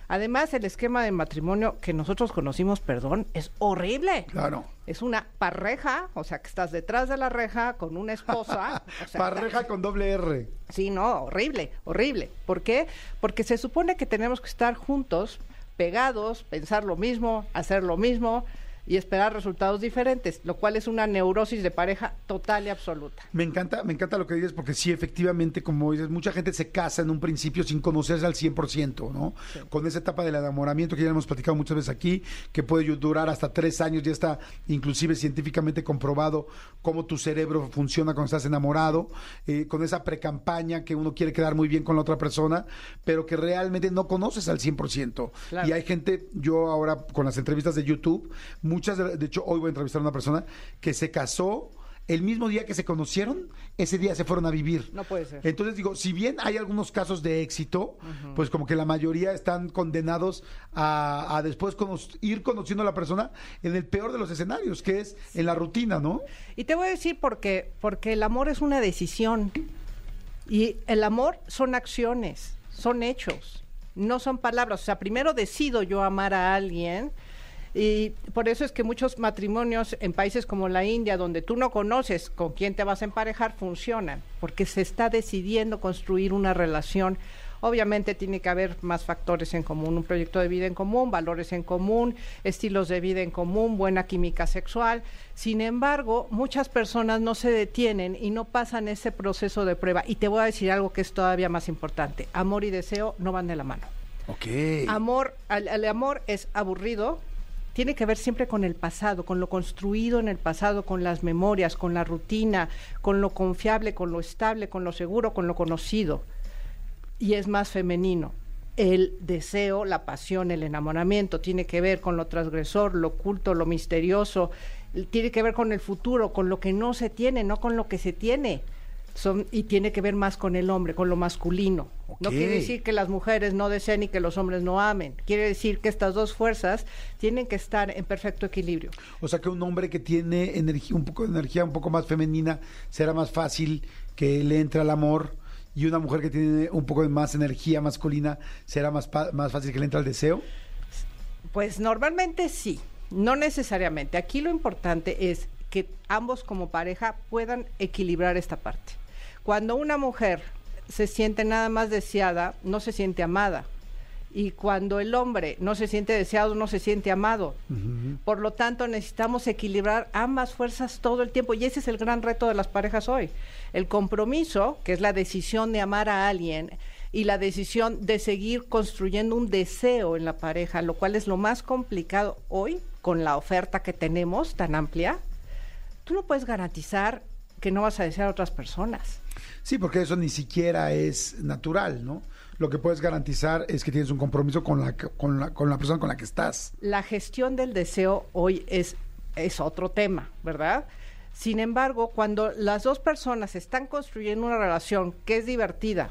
Además, el esquema de matrimonio que nosotros conocimos, perdón, es horrible. Claro. Es una parreja, o sea, que estás detrás de la reja con una esposa. O sea, parreja con doble R. Sí, no, horrible, horrible. ¿Por qué? Porque se supone que tenemos que estar juntos, pegados, pensar lo mismo, hacer lo mismo y esperar resultados diferentes, lo cual es una neurosis de pareja total y absoluta. Me encanta, me encanta lo que dices, porque sí, efectivamente, como dices, mucha gente se casa en un principio sin conocerse al cien por ciento, ¿no? Sí. Con esa etapa del enamoramiento que ya hemos platicado muchas veces aquí, que puede durar hasta tres años, ya está inclusive científicamente comprobado cómo tu cerebro funciona cuando estás enamorado, eh, con esa precampaña que uno quiere quedar muy bien con la otra persona, pero que realmente no conoces al cien por ciento. Claro. Y hay gente, yo ahora con las entrevistas de YouTube, muchas, de, de hecho, hoy voy a entrevistar a una persona que se casó el mismo día que se conocieron, ese día se fueron a vivir. No puede ser. Entonces digo, si bien hay algunos casos de éxito, uh-huh. pues como que la mayoría están condenados a, a después cono- ir conociendo a la persona en el peor de los escenarios, que es en la rutina, ¿no? Y te voy a decir por qué, porque el amor es una decisión y el amor son acciones, son hechos, no son palabras. O sea, primero decido yo amar a alguien. Y por eso es que muchos matrimonios en países como la India, donde tú no conoces con quién te vas a emparejar, funcionan, porque se está decidiendo construir una relación. Obviamente tiene que haber más factores en común, un proyecto de vida en común, valores en común, estilos de vida en común, buena química sexual. Sin embargo, muchas personas no se detienen y no pasan ese proceso de prueba. Y te voy a decir algo que es todavía más importante. Amor y deseo no van de la mano. Ok. Amor, el, el amor es aburrido. Tiene que ver siempre con el pasado, con lo construido en el pasado, con las memorias, con la rutina, con lo confiable, con lo estable, con lo seguro, con lo conocido. Y es más femenino. El deseo, la pasión, el enamoramiento tiene que ver con lo transgresor, lo oculto, lo misterioso. Tiene que ver con el futuro, con lo que no se tiene, no con lo que se tiene. Son, y tiene que ver más con el hombre, con lo masculino. Okay. No quiere decir que las mujeres no deseen y que los hombres no amen. Quiere decir que estas dos fuerzas tienen que estar en perfecto equilibrio. O sea que un hombre que tiene energía, un poco de energía un poco más femenina, será más fácil que le entre al amor, y una mujer que tiene un poco de más energía masculina, será más, pa- más fácil que le entre al deseo. Pues normalmente sí, no necesariamente. Aquí lo importante es que ambos como pareja puedan equilibrar esta parte. Cuando una mujer se siente nada más deseada, no se siente amada. Y cuando el hombre no se siente deseado, no se siente amado. Uh-huh. Por lo tanto, necesitamos equilibrar ambas fuerzas todo el tiempo. Y ese es el gran reto de las parejas hoy. El compromiso, que es la decisión de amar a alguien, y la decisión de seguir construyendo un deseo en la pareja, lo cual es lo más complicado hoy, con la oferta que tenemos tan amplia. Tú no puedes garantizar que no vas a desear a otras personas. Sí, porque eso ni siquiera es natural, ¿no? Lo que puedes garantizar es que tienes un compromiso con la, con la, con la persona con la que estás. La gestión del deseo hoy es, es otro tema, ¿verdad? Sin embargo, cuando las dos personas están construyendo una relación que es divertida,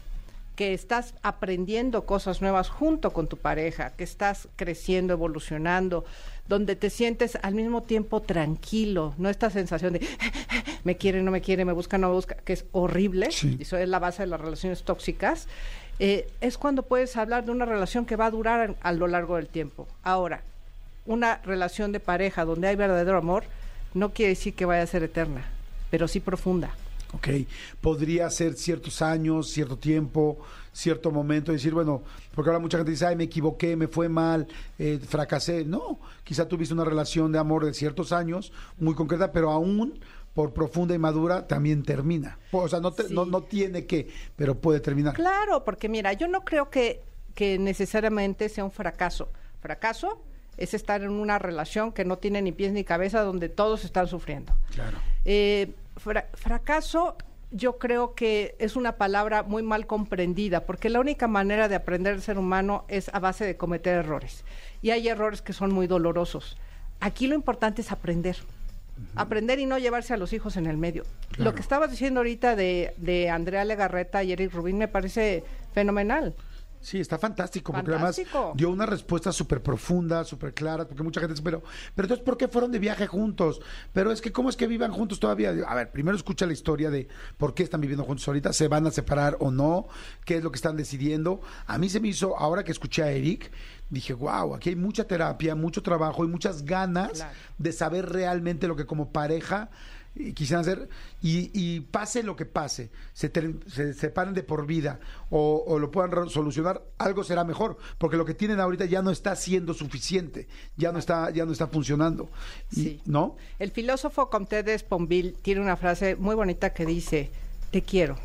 que estás aprendiendo cosas nuevas junto con tu pareja, que estás creciendo, evolucionando, donde te sientes al mismo tiempo tranquilo, no esta sensación de me quiere, no me quiere, me busca, no me busca, que es horrible, sí. Y eso es la base de las relaciones tóxicas, eh, es cuando puedes hablar de una relación que va a durar a, a lo largo del tiempo. Ahora, una relación de pareja donde hay verdadero amor no quiere decir que vaya a ser eterna, pero sí profunda. Ok, podría ser ciertos años, cierto tiempo, cierto momento, decir, bueno, porque ahora mucha gente dice, ay, me equivoqué, me fue mal, eh, fracasé. No, quizá tuviste una relación de amor de ciertos años, muy concreta, pero aún por profunda y madura también termina. O sea, no, te, sí. no, no tiene que, pero puede terminar. Claro, porque mira, yo no creo que, que necesariamente sea un fracaso. Fracaso es estar en una relación que no tiene ni pies ni cabeza, donde todos están sufriendo. Claro. Eh, Fra- fracaso yo creo que es una palabra muy mal comprendida, porque la única manera de aprender el ser humano es a base de cometer errores, y hay errores que son muy dolorosos. Aquí lo importante es aprender, uh-huh. aprender y no llevarse a los hijos en el medio. Claro. Lo que estabas diciendo ahorita de, de Andrea Legarreta y Eric Rubin me parece fenomenal. Sí, está fantástico, porque Fantástico. además dio una respuesta súper profunda, súper clara, porque mucha gente dice, pero, pero entonces, ¿por qué fueron de viaje juntos? Pero es que, ¿cómo es que vivan juntos todavía? A ver, primero escucha la historia de por qué están viviendo juntos ahorita, se van a separar o no, qué es lo que están decidiendo. A mí se me hizo, ahora que escuché a Eric, dije, wow, aquí hay mucha terapia, mucho trabajo y muchas ganas Claro. de saber realmente lo que como pareja y quisieran hacer, y, y pase lo que pase, se, ter- se separen de por vida o, o lo puedan re- solucionar, algo será mejor, porque lo que tienen ahorita ya no está siendo suficiente, ya no está, ya no está funcionando. Y, Sí. ¿no? El filósofo Comte de Sponville tiene una frase muy bonita que dice, te quiero.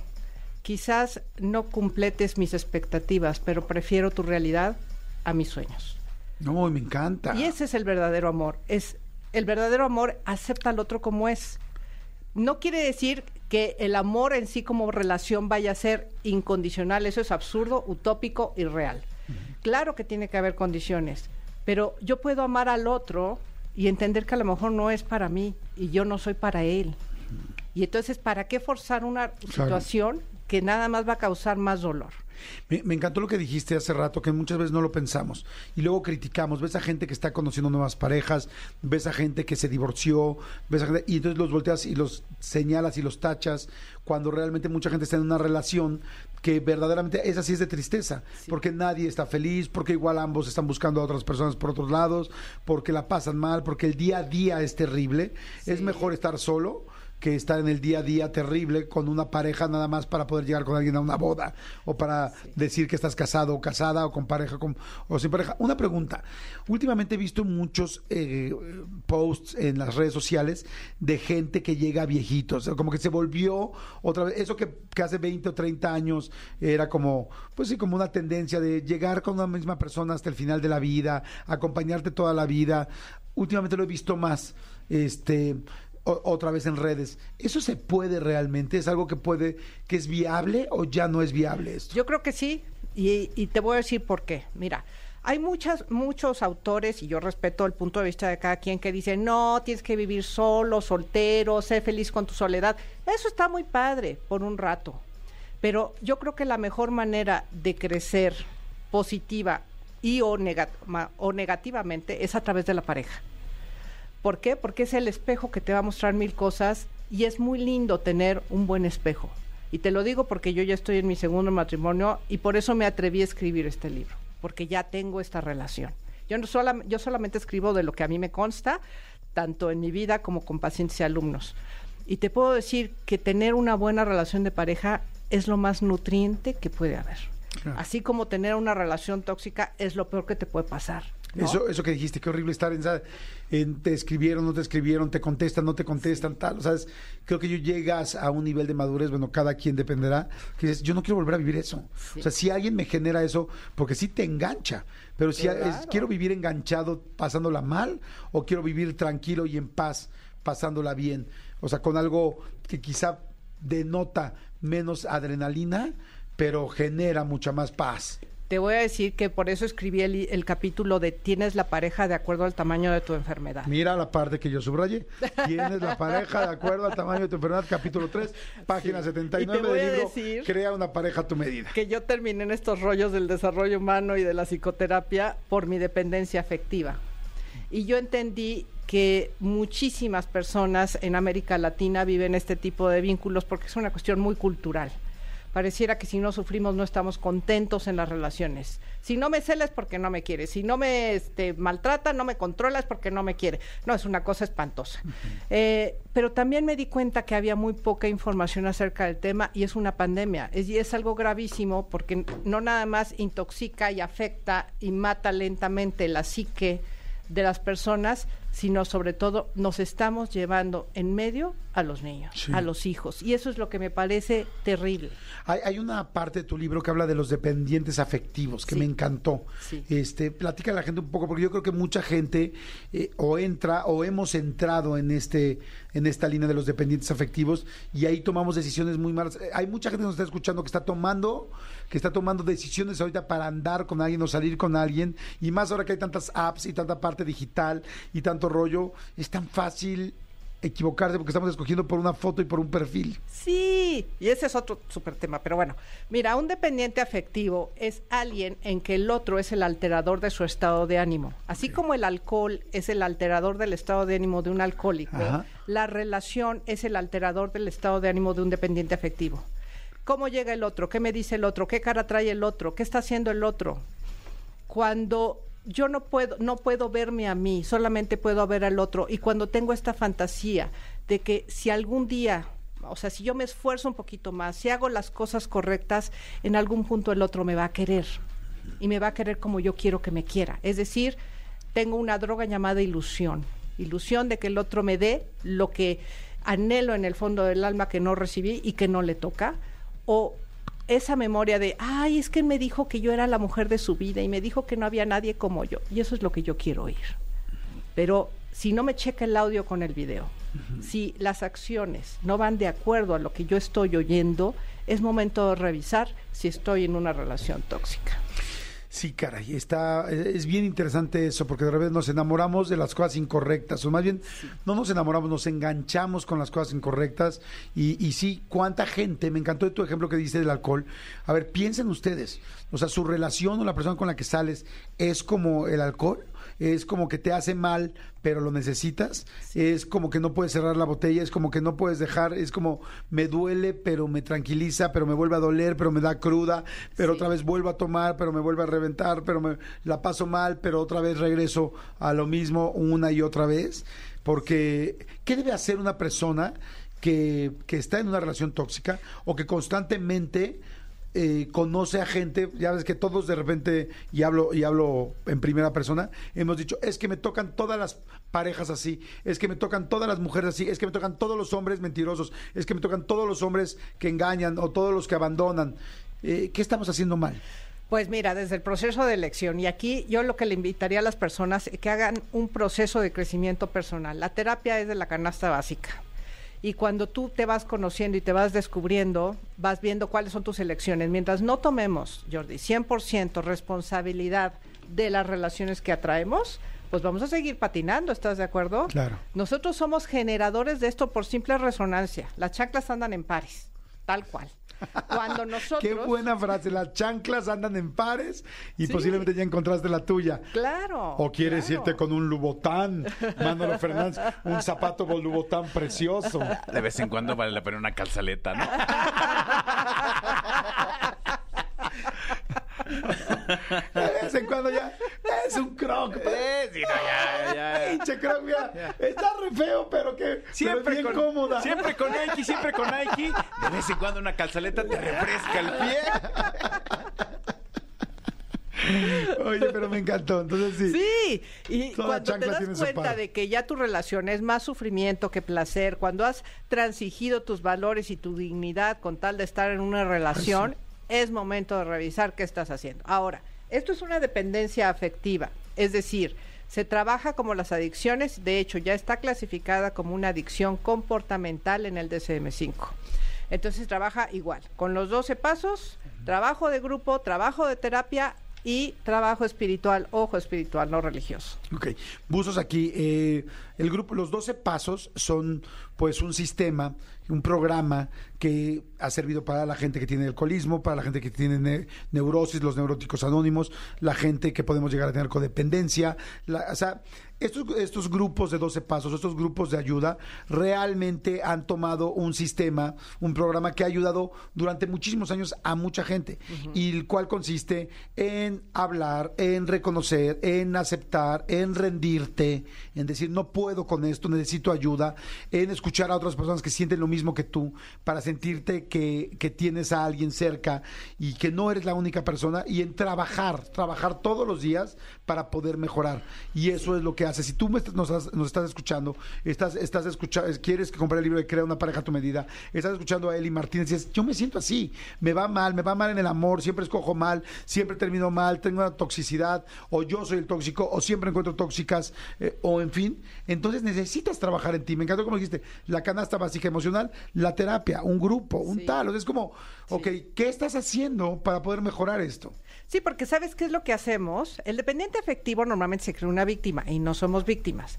Quizás no completes mis expectativas, pero prefiero tu realidad a mis sueños. No, me encanta. Y ese es el verdadero amor. Es el verdadero amor acepta al otro como es. No quiere decir que el amor en sí como relación vaya a ser incondicional. Eso es absurdo, utópico, irreal. Uh-huh. Claro que tiene que haber condiciones, pero yo puedo amar al otro y entender que a lo mejor no es para mí y yo no soy para él. Uh-huh. Y entonces, ¿para qué forzar una claro. situación que nada más va a causar más dolor? Me, me encantó lo que dijiste hace rato, que muchas veces no lo pensamos y luego criticamos. Ves a gente que está conociendo nuevas parejas, ves a gente que se divorció, ves a gente, y entonces los volteas y los señalas y los tachas, cuando realmente mucha gente está en una relación que verdaderamente esa sí es de tristeza, sí. porque nadie está feliz, porque igual ambos están buscando a otras personas por otros lados, porque la pasan mal, porque el día a día es terrible. Sí. Es mejor estar solo que estar en el día a día terrible con una pareja nada más para poder llegar con alguien a una boda o para sí. decir que estás casado o casada o con pareja con, o sin pareja. Una pregunta, últimamente he visto muchos eh, posts en las redes sociales de gente que llega a viejitos, como que se volvió otra vez, eso que, que hace veinte o treinta años era como, pues sí, como una tendencia de llegar con una misma persona hasta el final de la vida, acompañarte toda la vida. Últimamente lo he visto más, este... O, otra vez en redes. ¿Eso se puede realmente? ¿Es algo que puede, que es viable o ya no es viable esto? Yo creo que sí, y, y te voy a decir por qué. Mira, hay muchas, muchos autores, y yo respeto el punto de vista de cada quien, que dicen, no, tienes que vivir solo, soltero, sé feliz con tu soledad. Eso está muy padre por un rato, pero yo creo que la mejor manera de crecer positiva y o, negat- o negativamente es a través de la pareja. ¿Por qué? Porque es el espejo que te va a mostrar mil cosas y es muy lindo tener un buen espejo. Y te lo digo porque yo ya estoy en mi segundo matrimonio y por eso me atreví a escribir este libro, porque ya tengo esta relación. Yo, no sola, yo solamente escribo de lo que a mí me consta, tanto en mi vida como con pacientes y alumnos. Y te puedo decir que tener una buena relación de pareja es lo más nutriente que puede haber. Claro. Así como tener una relación tóxica es lo peor que te puede pasar, ¿no? Eso, eso que dijiste, qué horrible estar en, en te escribieron, no te escribieron, te contestan, no te contestan, tal, o sea, es, creo que yo llegas a un nivel de madurez, bueno, cada quien dependerá, que dices, yo no quiero volver a vivir eso. Sí. O sea, si alguien me genera eso, porque sí te engancha, pero si claro. es, quiero vivir enganchado pasándola mal, o quiero vivir tranquilo y en paz pasándola bien, o sea, con algo que quizá denota menos adrenalina, pero genera mucha más paz. Te voy a decir que por eso escribí el, el capítulo de tienes la pareja de acuerdo al tamaño de tu enfermedad. Mira la parte que yo subrayé. Tienes la pareja de acuerdo al tamaño de tu enfermedad, capítulo tres, página sí. setenta y nueve y del libro, Crea una pareja a tu medida. Que yo terminé en estos rollos del desarrollo humano y de la psicoterapia por mi dependencia afectiva. Y yo entendí que muchísimas personas en América Latina viven este tipo de vínculos porque es una cuestión muy cultural. Pareciera que si no sufrimos no estamos contentos en las relaciones. Si no me cela es porque no me quiere. Si no me este, maltrata, no me controla es porque no me quiere. No, es una cosa espantosa. Uh-huh. Eh, pero también me di cuenta que había muy poca información acerca del tema y es una pandemia. Es, y es algo gravísimo porque no nada más intoxica y afecta y mata lentamente la psique de las personas, sino sobre todo nos estamos llevando en medio a los niños, sí. a los hijos, y eso es lo que me parece terrible. Hay, hay una parte de tu libro que habla de los dependientes afectivos, que sí. me encantó. Sí. Este, platica a la gente un poco, porque yo creo que mucha gente eh, o entra o hemos entrado en este en esta línea de los dependientes afectivos y ahí tomamos decisiones muy malas. Eh, hay mucha gente que nos está escuchando que está tomando que está tomando decisiones ahorita para andar con alguien o salir con alguien, y más ahora que hay tantas apps y tanta parte digital y tanto rollo, es tan fácil equivocarse porque estamos escogiendo por una foto y por un perfil. Sí, y ese es otro súper tema, pero bueno, mira, un dependiente afectivo es alguien en que el otro es el alterador de su estado de ánimo. Así okay. como el alcohol es el alterador del estado de ánimo de un alcohólico, Ajá. la relación es el alterador del estado de ánimo de un dependiente afectivo. ¿Cómo llega el otro? ¿Qué me dice el otro? ¿Qué cara trae el otro? ¿Qué está haciendo el otro? Cuando yo no puedo, no puedo verme a mí, solamente puedo ver al otro. Y cuando tengo esta fantasía de que si algún día, o sea, si yo me esfuerzo un poquito más, si hago las cosas correctas, en algún punto el otro me va a querer. Y me va a querer como yo quiero que me quiera. Es decir, tengo una droga llamada ilusión. Ilusión de que el otro me dé lo que anhelo en el fondo del alma que no recibí y que no le toca. O esa memoria de, ay, es que él me dijo que yo era la mujer de su vida y me dijo que no había nadie como yo. Y eso es lo que yo quiero oír. Pero si no me checa el audio con el video, uh-huh. si las acciones no van de acuerdo a lo que yo estoy oyendo, es momento de revisar si estoy en una relación tóxica. Sí, caray, está, es bien interesante eso, porque de repente nos enamoramos de las cosas incorrectas, o más bien, sí. no nos enamoramos, nos enganchamos con las cosas incorrectas, y, y sí, cuánta gente, me encantó tu ejemplo que diste del alcohol. A ver, piensen ustedes, o sea, su relación o la persona con la que sales es como el alcohol, es como que te hace mal, pero lo necesitas, sí. es como que no puedes cerrar la botella, es como que no puedes dejar, es como me duele, pero me tranquiliza, pero me vuelve a doler, pero me da cruda, pero sí. otra vez vuelvo a tomar, pero me vuelve a reventar, pero me la paso mal, pero otra vez regreso a lo mismo una y otra vez, porque ¿qué debe hacer una persona que, que está en una relación tóxica o que constantemente Eh, conoce a gente? Ya ves que todos de repente, y hablo y hablo en primera persona, hemos dicho, es que me tocan todas las parejas así, es que me tocan todas las mujeres así, es que me tocan todos los hombres mentirosos, es que me tocan todos los hombres que engañan o todos los que abandonan. Eh, ¿qué estamos haciendo mal? Pues mira, desde el proceso de elección, y aquí yo lo que le invitaría a las personas es que hagan un proceso de crecimiento personal. La terapia es de la canasta básica. Y cuando tú te vas conociendo y te vas descubriendo, vas viendo cuáles son tus elecciones. Mientras no tomemos, Jordi, cien por ciento responsabilidad de las relaciones que atraemos, pues vamos a seguir patinando, ¿estás de acuerdo? Claro. Nosotros somos generadores de esto por simple resonancia. Las chanclas andan en pares, tal cual. Cuando nosotros... Qué buena frase, las chanclas andan en pares y sí. posiblemente ya encontraste la tuya. Claro. O quieres claro. irte con un Louboutin, Manolo Fernández, un zapato con Louboutin precioso. De vez en cuando vale la pena una calzaleta, ¿no? De vez en cuando ya es un croc. Eh, sí, no, ya, ya. Pinche croc, mira, ya. Está re feo, pero que siempre bien con, cómoda. Siempre con Nike, siempre con Nike. De vez en cuando una calzaleta te refresca el pie. Oye, pero me encantó, entonces sí. Sí, y Toda cuando te das cuenta de que ya tu relación es más sufrimiento que placer, cuando has transigido tus valores y tu dignidad con tal de estar en una relación, sí. es momento de revisar qué estás haciendo. Ahora, esto es una dependencia afectiva, es decir, se trabaja como las adicciones, de hecho ya está clasificada como una adicción comportamental en el D S M cinco. Entonces trabaja igual, con los doce pasos, trabajo de grupo, trabajo de terapia y trabajo espiritual, ojo espiritual, no religioso. Ok, Buzos aquí, eh, el grupo, los doce pasos son pues un sistema, un programa que ha servido para la gente que tiene alcoholismo, para la gente que tiene ne neurosis, los neuróticos anónimos, la gente que podemos llegar a tener codependencia, la, o sea, estos, estos grupos de doce pasos, estos grupos de ayuda, realmente han tomado un sistema, un programa que ha ayudado durante muchísimos años a mucha gente, uh-huh. y el cual consiste en hablar, en reconocer, en aceptar, en rendirte, en decir, no puedo con esto, necesito ayuda, en escuchar a otras personas que sienten lo mismo que tú, para sentirte que, que tienes a alguien cerca y que no eres la única persona, y en trabajar, trabajar todos los días para poder mejorar. Y eso es lo que hace. Si tú me, nos, has, nos estás escuchando, estás, estás escuchando, quieres comprar el libro de Crea una pareja a tu medida, estás escuchando a Eli Martínez y dices, yo me siento así, me va mal, me va mal en el amor, siempre escojo mal, siempre termino mal, tengo una toxicidad, o yo soy el tóxico, o siempre encuentro tóxicas, eh, o en fin, entonces necesitas trabajar en ti. Me encantó como dijiste, la canasta básica emocional, la terapia, un grupo, un sí. tal, o sea, es como, ok, sí. ¿qué estás haciendo para poder mejorar esto? Sí, porque ¿sabes qué es lo que hacemos? El dependiente afectivo normalmente se cree una víctima y no somos víctimas.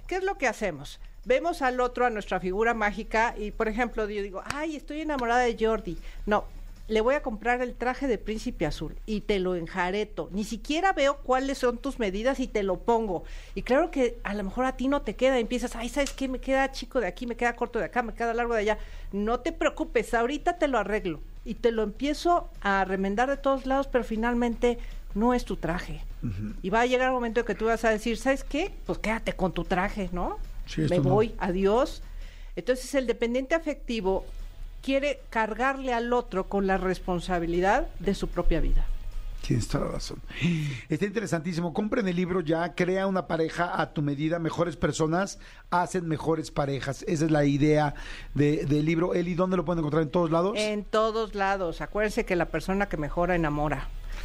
¿qué es lo que hacemos? Vemos al otro, a nuestra figura mágica, y por ejemplo, yo digo, ay, estoy enamorada de Jordi. No, le voy a comprar el traje de príncipe azul y te lo enjareto. Ni siquiera veo cuáles son tus medidas y te lo pongo. Y claro que a lo mejor a ti no te queda. Empiezas, ay, ¿sabes qué? Me queda chico de aquí, me queda corto de acá, me queda largo de allá. No te preocupes, ahorita te lo arreglo. Y te lo empiezo a remendar de todos lados, pero finalmente no es tu traje. Uh-huh. Y va a llegar un momento en que tú vas a decir, ¿sabes qué? Pues quédate con tu traje, ¿no? Sí, me voy, no. Adiós. Entonces el dependiente afectivo quiere cargarle al otro con la responsabilidad de su propia vida. Tienes toda la razón. Está interesantísimo. Compren el libro ya, Crea una pareja a tu medida. Mejores personas hacen mejores parejas. Esa es la idea de, del libro. Eli, ¿dónde lo pueden encontrar? ¿En todos lados? En todos lados. Acuérdense que la persona que mejora enamora.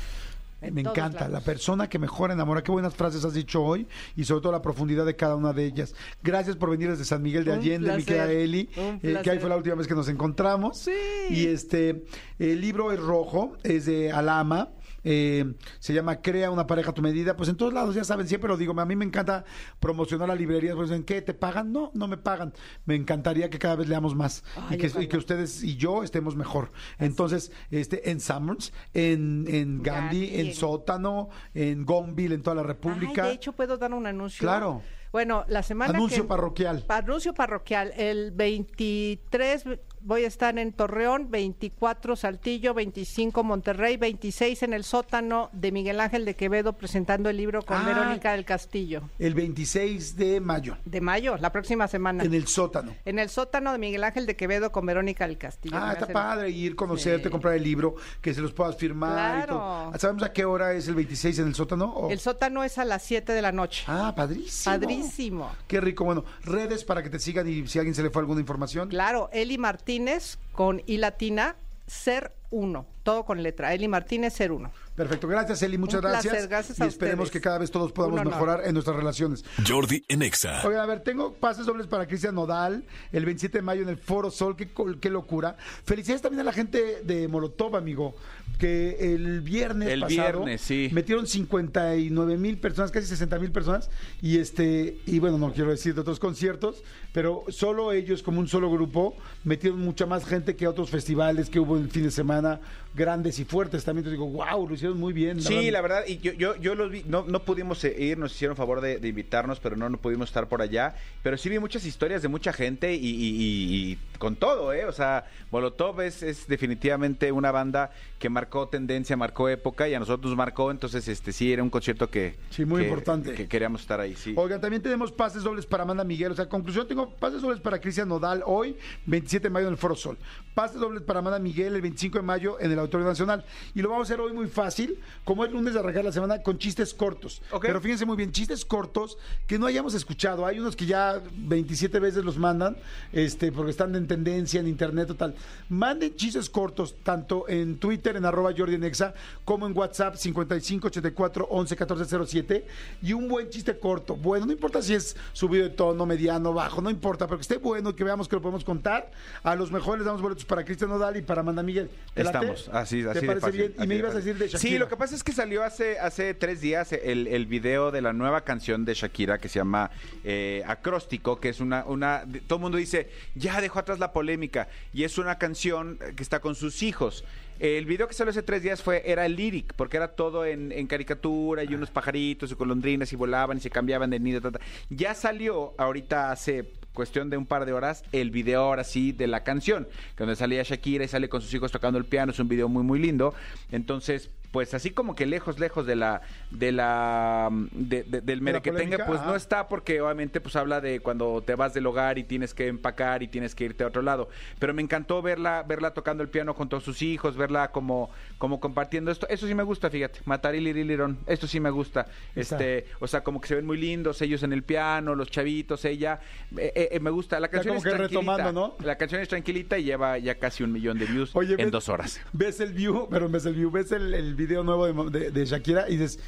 Me encanta, lados. La persona que mejor enamora. Qué buenas frases has dicho hoy y sobre todo la profundidad de cada una de ellas. Gracias por venir desde San Miguel de Allende, un mi querida Eli, eh, que ahí fue la última vez que nos encontramos. Sí. Y este, el libro es rojo, es de Alama. Eh, se llama Crea una pareja a tu medida. Pues en todos lados, ya saben, siempre lo digo, a mí me encanta promocionar las librerías, pues ¿en qué te pagan? No, no me pagan. Me encantaría que cada vez leamos más. Ay, y, que, y que ustedes y yo estemos mejor. Entonces, este, en Summers, en, en Gandhi, Gandhi, en Sótano, en Gonville, en toda la República. Ay, de hecho, ¿puedo dar un anuncio? Claro. Bueno, la semana Anuncio que, parroquial. Anuncio parroquial. El veintitrés voy a estar en Torreón, veinticuatro Saltillo, veinticinco Monterrey, veintiséis en el sótano de Miguel Ángel de Quevedo presentando el libro con ah, Verónica del Castillo. El veintiséis de mayo. De mayo, la próxima semana. En el sótano. En el sótano de Miguel Ángel de Quevedo con Verónica del Castillo. Ah, está padre el... ir, conocerte, sí. comprar el libro, que se los puedas firmar. Claro. Y todo. ¿Sabemos a qué hora es el veintiséis en el sótano? ¿O? El sótano es a las siete de la noche. Ah, padrísimo. Padrísimo. Qué rico. Bueno, redes para que te sigan y si a alguien se le fue alguna información. Claro, Eli Martínez con I latina, ser uno, todo con letra, Eli Martínez, ser uno. Perfecto, gracias Eli, muchas Un gracias. Placer, gracias y a esperemos ustedes. que cada vez todos podamos mejorar en nuestras relaciones. Jordi en Exa. Oigan, a ver, tengo pases dobles para Cristian Nodal el veintisiete de mayo en el Foro Sol, qué, qué locura. Felicidades también a la gente de Molotov, amigo, que el viernes el pasado viernes, sí. metieron cincuenta y nueve mil personas, casi sesenta mil personas, y este, y bueno, no quiero decir de otros conciertos, pero solo ellos como un solo grupo metieron mucha más gente que otros festivales que hubo el fin de semana, grandes y fuertes también. Te digo, wow, lo hicieron muy bien. Sí, verdad. la verdad, y yo, yo, yo los vi, no, no pudimos ir, nos hicieron favor de, de invitarnos, pero no, no pudimos estar por allá, pero sí vi muchas historias de mucha gente y, y, y, y con todo, ¿eh? O sea, Molotov es, es definitivamente una banda que marcó tendencia, marcó época y a nosotros nos marcó, entonces este sí, era un concierto que... Sí, muy que, importante. Que queríamos estar ahí, sí. Oigan, también tenemos pases dobles para Amanda Miguel, o sea, conclusión, tengo pases dobles para Cristian Nodal hoy, veintisiete de mayo en el Foro Sol. Pases dobles para Amanda Miguel el veinticinco de mayo en el Auditorio Nacional. Y lo vamos a hacer hoy muy fácil, como es lunes de arrancar la semana, con chistes cortos. Okay. Pero fíjense muy bien, chistes cortos que no hayamos escuchado. Hay unos que ya veintisiete veces los mandan, este, porque están en tendencia en internet o tal. Manden chistes cortos, tanto en Twitter, en arroba Jordi en Exa, como en WhatsApp, cincuenta y cinco, ochenta y cuatro, once, catorce, cero siete. Y un buen chiste corto. Bueno, no importa si es subido de tono, mediano, bajo, no importa, pero que esté bueno y que veamos que lo podemos contar. A los mejores les damos boletos para Cristian Nodal y para Amanda Miguel. Estamos, así, así ¿Te parece bien? Y me ibas a decir de Shakira. Sí, lo que pasa es que salió hace, hace tres días el, el video de la nueva canción de Shakira que se llama eh, Acróstico, que es una, una... Todo el mundo dice, ya dejó atrás la polémica, y es una canción que está con sus hijos. El video que salió hace tres días fue era el lyric, porque era todo en, en caricatura y unos pajaritos y golondrinas y volaban y se cambiaban de nido. Tata. Ya salió ahorita hace cuestión de un par de horas el video ahora sí de la canción, donde salía Shakira y sale con sus hijos tocando el piano. Es un video muy muy lindo. Entonces, pues así como que lejos, lejos de la, de la, de, de, del merequetengue, pues no está, porque obviamente pues habla de cuando te vas del hogar y tienes que empacar y tienes que irte a otro lado. Pero me encantó verla, verla tocando el piano con todos sus hijos, verla como, como compartiendo esto. Eso sí me gusta, fíjate, Matariliriliron, esto sí me gusta. Este, o sea, como que se ven muy lindos ellos en el piano, los chavitos, ella, eh, eh, me gusta. La canción es tranquilita, ¿no? La canción es tranquilita y lleva ya casi un millón de views. Oye, en ves, dos horas. Ves el view, pero ves el view, ves el, el video nuevo de, de, de Shakira y dices,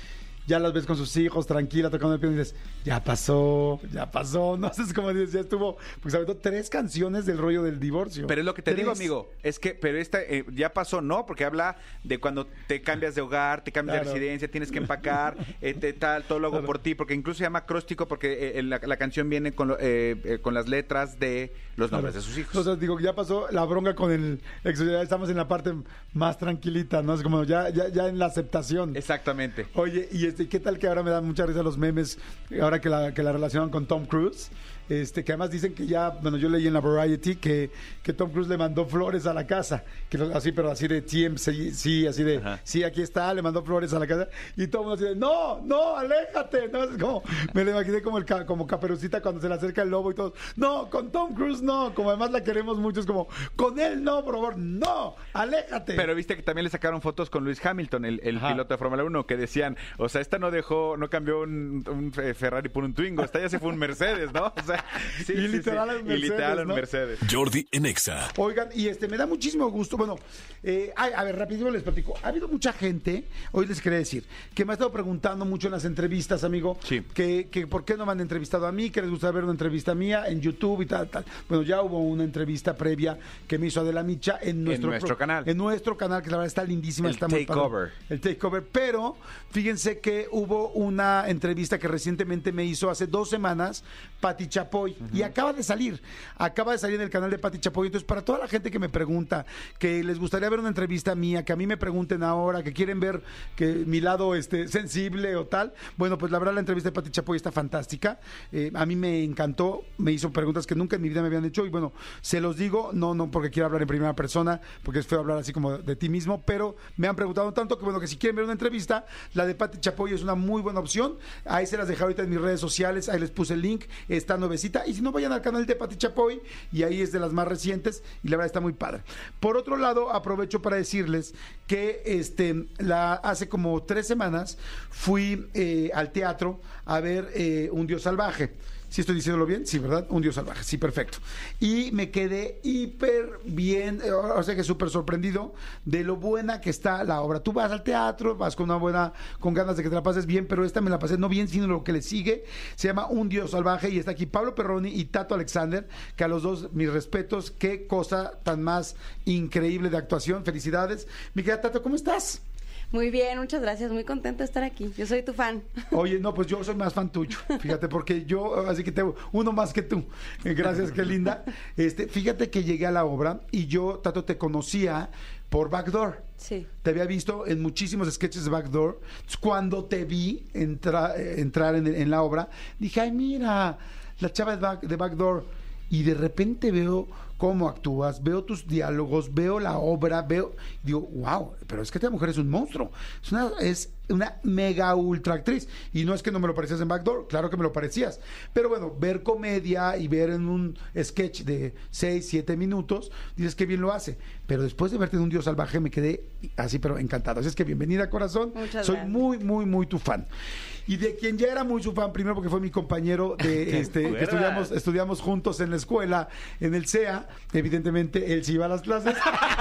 ya las ves con sus hijos, tranquila, tocando el piano y dices, ya pasó, ya pasó, no sé, es como dices, ya estuvo, pues sobre todo tres canciones del rollo del divorcio. Pero es lo que te tres. digo, amigo, es que, pero esta eh, ya pasó, ¿no? Porque habla de cuando te cambias de hogar, te cambias Claro. de residencia, tienes que empacar, eh, te, tal, todo lo hago Claro. por ti, porque incluso se llama acróstico porque eh, la, la canción viene con, lo- eh, eh, con las letras de los nombres Claro. de sus hijos. Entonces digo, ya pasó la bronca con el ex, ya estamos en la parte más tranquilita, ¿no? Es como ya, ya, ya en la aceptación. Exactamente. Oye, y este, ¿qué tal que ahora me dan mucha risa los memes, ahora que la, que la relacionan con Tom Cruise? Este, que además dicen que ya, bueno, yo leí en la Variety que, que Tom Cruise le mandó flores a la casa, que lo- así, pero así de T M C, sí, así de, Ajá. sí, aquí está, le mandó flores a la casa, y todo el mundo así de, no, no, aléjate, no, es como, me lo imaginé como el ca- como Caperucita cuando se le acerca el lobo y todo, no, con Tom Cruise no, como además la queremos mucho, es como, con él no, por favor, no, aléjate. Pero viste que también le sacaron fotos con Lewis Hamilton, el, el Ajá. piloto de Fórmula uno, que decían, o sea, esta no dejó, no cambió un, un Ferrari por un Twingo, esta ya se fue un Mercedes, ¿no? O sea, sí, Y sí, literal sí. en Y Mercedes, literal en ¿no? Mercedes. Jordi en Exa. Oigan, y este, me da muchísimo gusto. Bueno, eh, ay, a ver, rapidito les platico. Ha habido mucha gente, hoy les quería decir, que me ha estado preguntando mucho en las entrevistas, amigo, Sí. que, que por qué no me han entrevistado a mí, que les gusta ver una entrevista mía en YouTube y tal, tal. Bueno, ya hubo una entrevista previa que me hizo Adela Micha en nuestro, nuestro canal. En nuestro canal, que la verdad está lindísima. El está muy padre. Takeover. El takeover. Pero fíjense que hubo una entrevista que recientemente me hizo hace dos semanas Pati Chapoy. Y acaba de salir. Acaba de salir en el canal de Pati Chapoy. Entonces, para toda la gente que me pregunta, que les gustaría ver una entrevista mía, que a mí me pregunten ahora, que quieren ver que mi lado este, sensible o tal, bueno, pues la verdad la entrevista de Pati Chapoy está fantástica. Eh, a mí me encantó. Me hizo preguntas que nunca en mi vida me habían hecho. Y bueno, se los digo, no, no porque quiero hablar en primera persona, porque es feo hablar así como de ti mismo, pero me han preguntado tanto que bueno, que si quieren ver una entrevista, la de Pati Chapoy es una muy buena opción. Ahí se las dejé ahorita en mis redes sociales, ahí les puse el link, está nuevecita. Y si no, vayan al canal de Pati Chapoy y ahí es de las más recientes y la verdad está muy padre. Por otro lado, aprovecho para decirles que este la hace como tres semanas fui eh, al teatro a ver eh, Un Dios Salvaje. ¿Sí estoy diciéndolo bien? Sí, ¿verdad? Un Dios Salvaje, sí, perfecto. Y me quedé hiper bien, eh, o sea que súper sorprendido de lo buena que está la obra. Tú vas al teatro, vas con una buena, con ganas de que te la pases bien, pero esta me la pasé no bien, sino lo que le sigue. Se llama Un Dios Salvaje y está aquí Pablo Perroni y Tato Alexander, que a los dos mis respetos, qué cosa tan más increíble de actuación. Felicidades. Mi querida Tato, ¿cómo estás? Muy bien, muchas gracias. Muy contenta de estar aquí. Yo soy tu fan. Oye, no, pues yo soy más fan tuyo, fíjate, porque yo, así que tengo uno más que tú. Eh, Gracias, qué linda. Este, fíjate que llegué a la obra y yo, Tato, te conocía por Backdoor. Sí. Te había visto en muchísimos sketches de Backdoor. Entonces, cuando te vi entra- eh, entrar en, en la obra, dije, ay, mira, la chava de, Back- de Backdoor. Y de repente veo cómo actúas, veo tus diálogos, veo la obra, veo, digo, wow, pero es que esta mujer es un monstruo, es una, es una mega ultra actriz, y no es que no me lo parecías en Backdoor, claro que me lo parecías, pero bueno, ver comedia y ver en un sketch de seis, siete minutos, dices que bien lo hace, pero después de verte en Un Dios Salvaje me quedé así, pero encantado, así es que bienvenida, corazón. Muchas soy gracias. muy, muy, muy tu fan. Y de quien ya era muy su fan, primero porque fue mi compañero de este, que acuerdas? estudiamos, estudiamos juntos en la escuela, en el C E A, evidentemente él sí iba a las clases.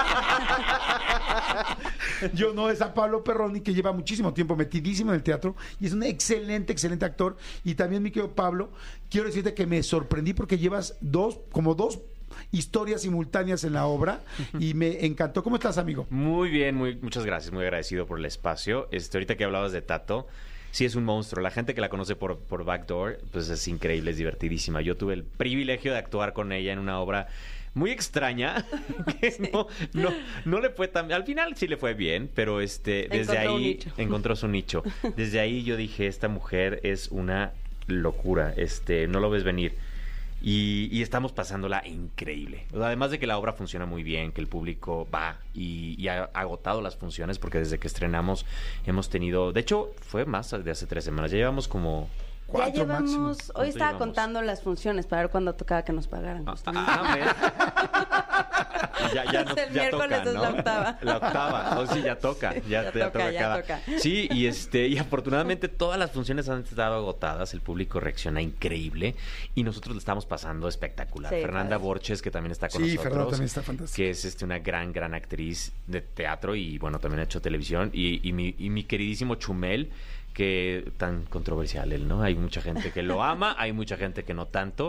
Yo no, es a Pablo Perroni, que lleva muchísimo tiempo metidísimo en el teatro y es un excelente, excelente actor. Y también, mi querido Pablo, quiero decirte que me sorprendí porque llevas dos, como dos historias simultáneas en la obra y me encantó. ¿Cómo estás, amigo? Muy bien, muy, muchas gracias, muy agradecido por el espacio. Este, ahorita que hablabas de Tato, sí es un monstruo. La gente que la conoce por, por Backdoor, pues es increíble, es divertidísima. Yo tuve el privilegio de actuar con ella en una obra muy extraña, que no, no, no le fue tan... Al final sí le fue bien, pero este, desde Encontró un ahí nicho. encontró su nicho. Desde ahí yo dije, esta mujer es una locura, este, no lo ves venir. Y, y estamos pasándola increíble. O sea, además de que la obra funciona muy bien, que el público va y, y ha agotado las funciones, porque desde que estrenamos hemos tenido... De hecho, fue más de hace tres semanas. Ya llevamos como... Ya Cuatro llevamos, máximo. hoy ¿Cuánto estaba llevamos? contando las funciones para ver cuándo tocaba que nos pagaran. justamente. Ah, ¿ves? ya, ya, no- El ya miércoles toca, es ¿no? la octava. La octava. Oh, sí, ya toca. Ya, Ya ya toca, toca ya cada- toca. Sí, y este, y afortunadamente todas las funciones han estado agotadas. El público reacciona increíble y nosotros lo estamos pasando espectacular. Sí, Fernanda padre. Borges, que también está con Sí, nosotros. Fernanda también está fantástica. Que es este, una gran, gran actriz de teatro y bueno, también ha hecho televisión. Y, y, mi, y mi queridísimo Chumel, que tan controversial él, ¿no? Hay mucha gente que lo ama, hay mucha gente que no tanto.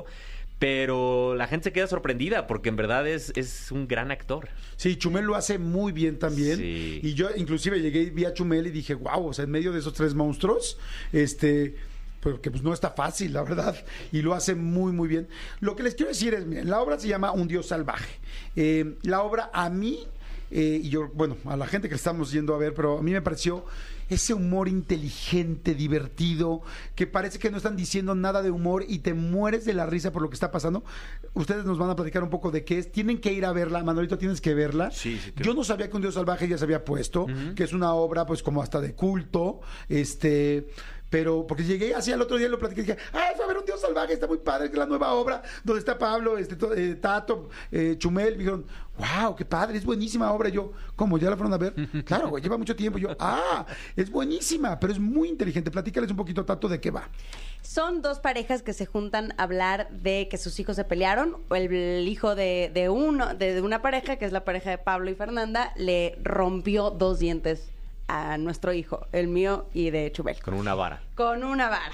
Pero la gente se queda sorprendida porque en verdad es, es un gran actor. Sí, Chumel lo hace muy bien también. Sí. Y yo inclusive llegué y vi a Chumel y dije, wow, o sea, en medio de esos tres monstruos, este, porque pues no está fácil, la verdad. Y lo hace muy, muy bien. Lo que les quiero decir es, miren, la obra se llama Un Dios Salvaje. Eh, la obra a mí, eh, y yo, bueno, a la gente que estamos yendo a ver, pero a mí me pareció ese humor inteligente, divertido, que parece que no están diciendo nada de humor y te mueres de la risa por lo que está pasando. Ustedes nos van a platicar un poco de qué es. Tienen que ir a verla. Manolito, tienes que verla. Sí, sí, yo no sabía que Un Dios Salvaje ya se había puesto, uh-huh. que es una obra pues como hasta de culto, este... Pero, porque llegué así al otro día y lo platiqué y dije, ¡ay, fue a ver Un Dios Salvaje! Está muy padre, que es la nueva obra, donde está Pablo, este, eh, Tato, eh, Chumel. Me dijeron, ¡wow, qué padre! Es buenísima obra. Y yo, ¿cómo? ¿Ya la fueron a ver? Claro, güey, lleva mucho tiempo. Y yo, ¡ah! Es buenísima, pero es muy inteligente. Platícales un poquito, Tato, de qué va. Son dos parejas que se juntan a hablar de que sus hijos se pelearon. El, el hijo de, de uno, de, de una pareja, que es la pareja de Pablo y Fernanda, le rompió dos dientes a nuestro hijo, el mío y de Chumel. Con una vara. Con una vara.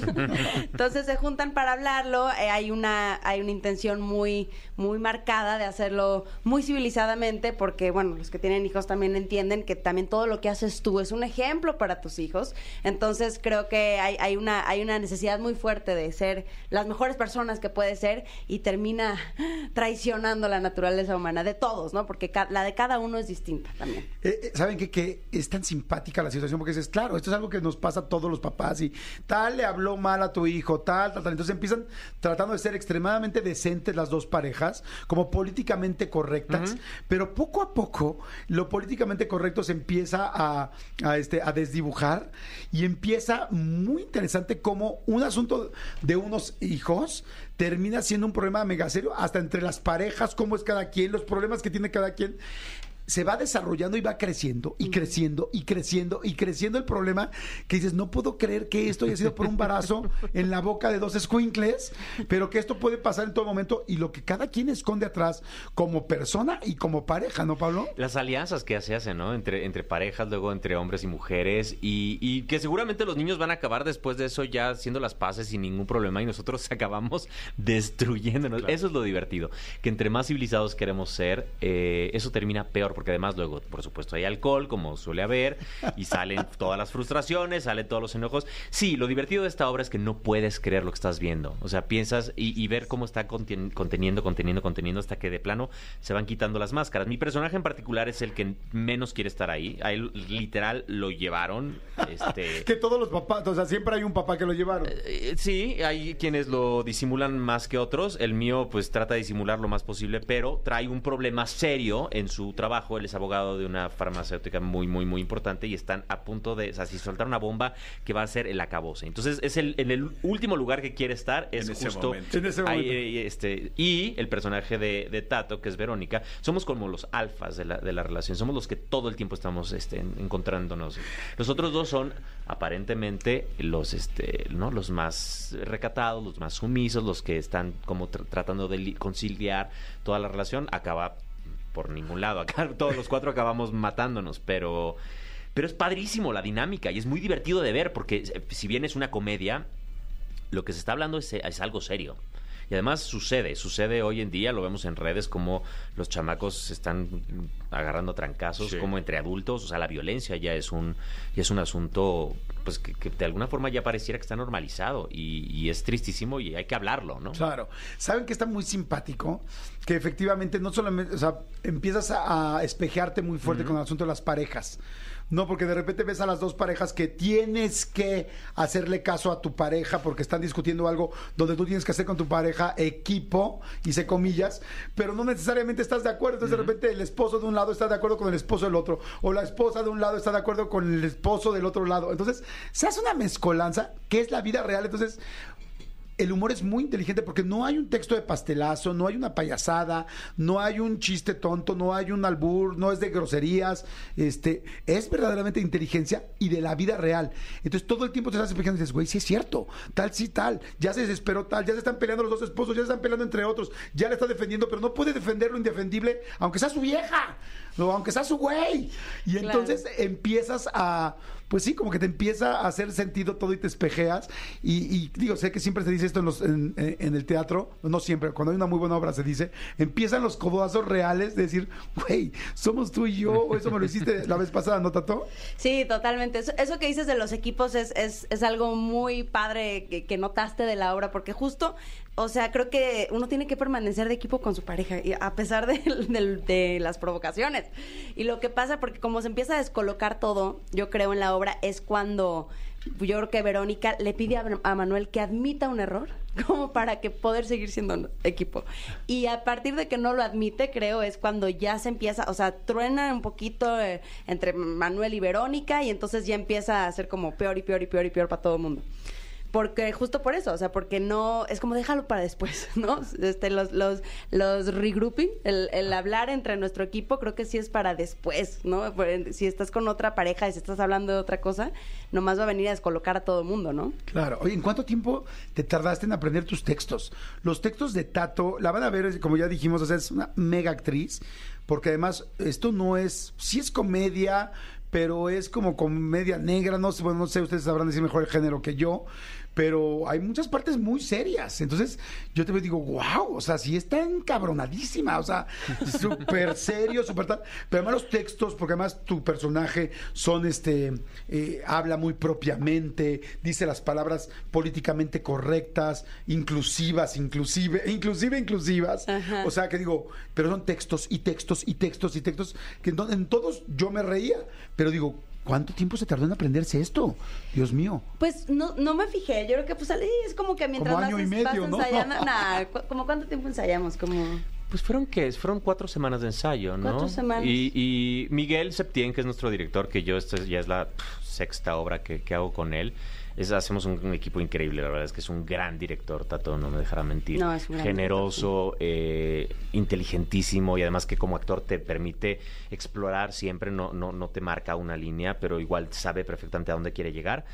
Entonces se juntan para hablarlo. Eh, hay una hay una intención muy muy marcada de hacerlo muy civilizadamente, porque bueno, los que tienen hijos también entienden que también todo lo que haces tú es un ejemplo para tus hijos. Entonces creo que hay, hay una hay una necesidad muy fuerte de ser las mejores personas que puedes ser, y termina traicionando la naturaleza humana de todos, ¿no? Porque ca- la de cada uno es distinta también. Eh, ¿Saben qué? Que es tan simpática la situación, porque dices, claro, esto es algo que nos pasa a todos los papás, y tal le habló mal a tu hijo, tal, tal, tal. Entonces empiezan tratando de ser extremadamente decentes las dos parejas, como políticamente correctas, uh-huh. pero poco a poco lo políticamente correcto se empieza a, a, este, a desdibujar, y empieza muy interesante como un asunto de unos hijos termina siendo un problema mega serio, hasta entre las parejas, cómo es cada quien, los problemas que tiene cada quien. Se va desarrollando y va creciendo y creciendo y creciendo y creciendo el problema, que dices, no puedo creer que esto haya sido por un barazo en la boca de dos escuincles, pero que esto puede pasar en todo momento, y lo que cada quien esconde atrás como persona y como pareja, ¿no, Pablo? Las alianzas que se hacen, ¿no? Entre, entre parejas, luego entre hombres y mujeres, y, y que seguramente los niños van a acabar después de eso ya haciendo las paces sin ningún problema, y nosotros acabamos destruyéndonos. Claro. Eso es lo divertido, que entre más civilizados queremos ser, eh, eso termina peor, porque además luego, por supuesto, hay alcohol, como suele haber, y salen todas las frustraciones, salen todos los enojos. Sí, lo divertido de esta obra es que no puedes creer lo que estás viendo. O sea, piensas y, y ver cómo está conten- conteniendo, conteniendo, conteniendo, hasta que de plano se van quitando las máscaras. Mi personaje en particular es el que menos quiere estar ahí. A él, literal, lo llevaron. Este... que todos los papás, o sea, siempre hay un papá que lo llevaron. Eh, sí, hay quienes lo disimulan más que otros. El mío, pues, trata de disimular lo más posible, pero trae un problema serio en su trabajo. Él es abogado de una farmacéutica muy, muy, muy importante, y están a punto de, o sea, si soltar una bomba que va a ser el acabose. Entonces, es el, en el último lugar que quiere estar, es en justo ese en ese momento. ahí, este, y el personaje de, de Tato, que es Verónica, somos como los alfas de la, de la relación, somos los que todo el tiempo estamos este, encontrándonos. Los otros dos son aparentemente los, este, ¿no? los más recatados, los más sumisos, los que están como tr- tratando de li- conciliar toda la relación. Acaba por ningún lado, acá todos los cuatro acabamos matándonos, pero pero es padrísimo la dinámica y es muy divertido de ver, porque si bien es una comedia, lo que se está hablando es, es algo serio. Y además sucede, sucede hoy en día, lo vemos en redes, como los chamacos se están agarrando trancazos, sí. como entre adultos, o sea, la violencia ya es un ya es un asunto pues que, que de alguna forma ya pareciera que está normalizado, y, y es tristísimo y hay que hablarlo, ¿no? Claro. ¿Saben que está muy simpático? Que efectivamente no solamente, o sea, empiezas a, a espejearte muy fuerte uh-huh. con el asunto de las parejas. No, porque de repente ves a las dos parejas que tienes que hacerle caso a tu pareja porque están discutiendo algo donde tú tienes que hacer con tu pareja equipo, hice comillas, pero no necesariamente estás de acuerdo. Entonces uh-huh. de repente el esposo de un lado está de acuerdo con el esposo del otro, o la esposa de un lado está de acuerdo con el esposo del otro lado. Entonces se hace una mezcolanza que es la vida real. Entonces el humor es muy inteligente porque no hay un texto de pastelazo, no hay una payasada, no hay un chiste tonto, no hay un albur, no es de groserías, este, es verdaderamente de inteligencia y de la vida real. Entonces todo el tiempo te estás explicando y dices, güey, sí es cierto, tal, sí, tal, ya se desesperó tal, ya se están peleando los dos esposos, ya se están peleando entre otros, ya le está defendiendo, pero no puede defender lo indefendible, aunque sea su vieja, o aunque sea su güey. Y entonces claro. empiezas a... pues sí, como que te empieza a hacer sentido todo y te espejeas. Y, y digo, sé que siempre se dice esto en, los, en, en el teatro, no siempre, cuando hay una muy buena obra se dice, empiezan los codazos reales de decir, güey, somos tú y yo, o eso me lo hiciste la vez pasada, ¿no, Tato? Sí, totalmente. Eso, eso que dices de los equipos es, es, es algo muy padre que, que notaste de la obra, porque justo, o sea, creo que uno tiene que permanecer de equipo con su pareja, y a pesar de, de, de las provocaciones. Y lo que pasa, porque como se empieza a descolocar todo, yo creo en la obra, es cuando yo creo que Verónica le pide a, a Manuel que admita un error, como para que poder seguir siendo equipo. Y a partir de que no lo admite, creo, es cuando ya se empieza, o sea, truena un poquito eh, entre Manuel y Verónica, y entonces ya empieza a ser como peor y peor y peor y peor para todo el mundo. Porque justo por eso, o sea, porque no, es como déjalo para después, ¿no? Este, los, los, los regrouping, el, el hablar entre nuestro equipo, creo que sí es para después, ¿no? Si estás con otra pareja y si estás hablando de otra cosa, nomás va a venir a descolocar a todo el mundo, ¿no? Claro. Oye, ¿en cuánto tiempo te tardaste en aprender tus textos? Los textos de Tato, la van a ver, como ya dijimos, o sea, es una mega actriz, porque además esto no es, sí es comedia, pero es como comedia negra, no sé, bueno, no sé, ustedes sabrán decir mejor el género que yo, pero hay muchas partes muy serias. Entonces, yo te digo, wow, o sea, sí está encabronadísima, o sea, súper serio, súper tal. Pero además los textos, porque además tu personaje son, este, eh, habla muy propiamente, dice las palabras políticamente correctas, inclusivas, inclusive, inclusive inclusivas. Ajá. O sea, que digo, pero son textos y textos y textos y textos, que en, en todos yo me reía, pero digo, ¿cuánto tiempo se tardó en aprenderse esto? Dios mío. Pues no, no me fijé. Yo creo que pues es como que mientras como año vas, y medio, vas ¿no? ensayando. Nah, cu- ¿como cuánto tiempo ensayamos? Como... Pues fueron, ¿qué? Fueron cuatro semanas de ensayo, ¿no? Cuatro semanas. Y, y Miguel Septién, que es nuestro director, que yo, esta ya es la pff, sexta obra que, que hago con él. Es, hacemos un, un equipo increíble, la verdad es que es un gran director, Tato, no me dejará mentir. No, es un gran generoso, eh, inteligentísimo, y además que como actor te permite explorar siempre, no, no, no te marca una línea, pero igual sabe perfectamente a dónde quiere llegar.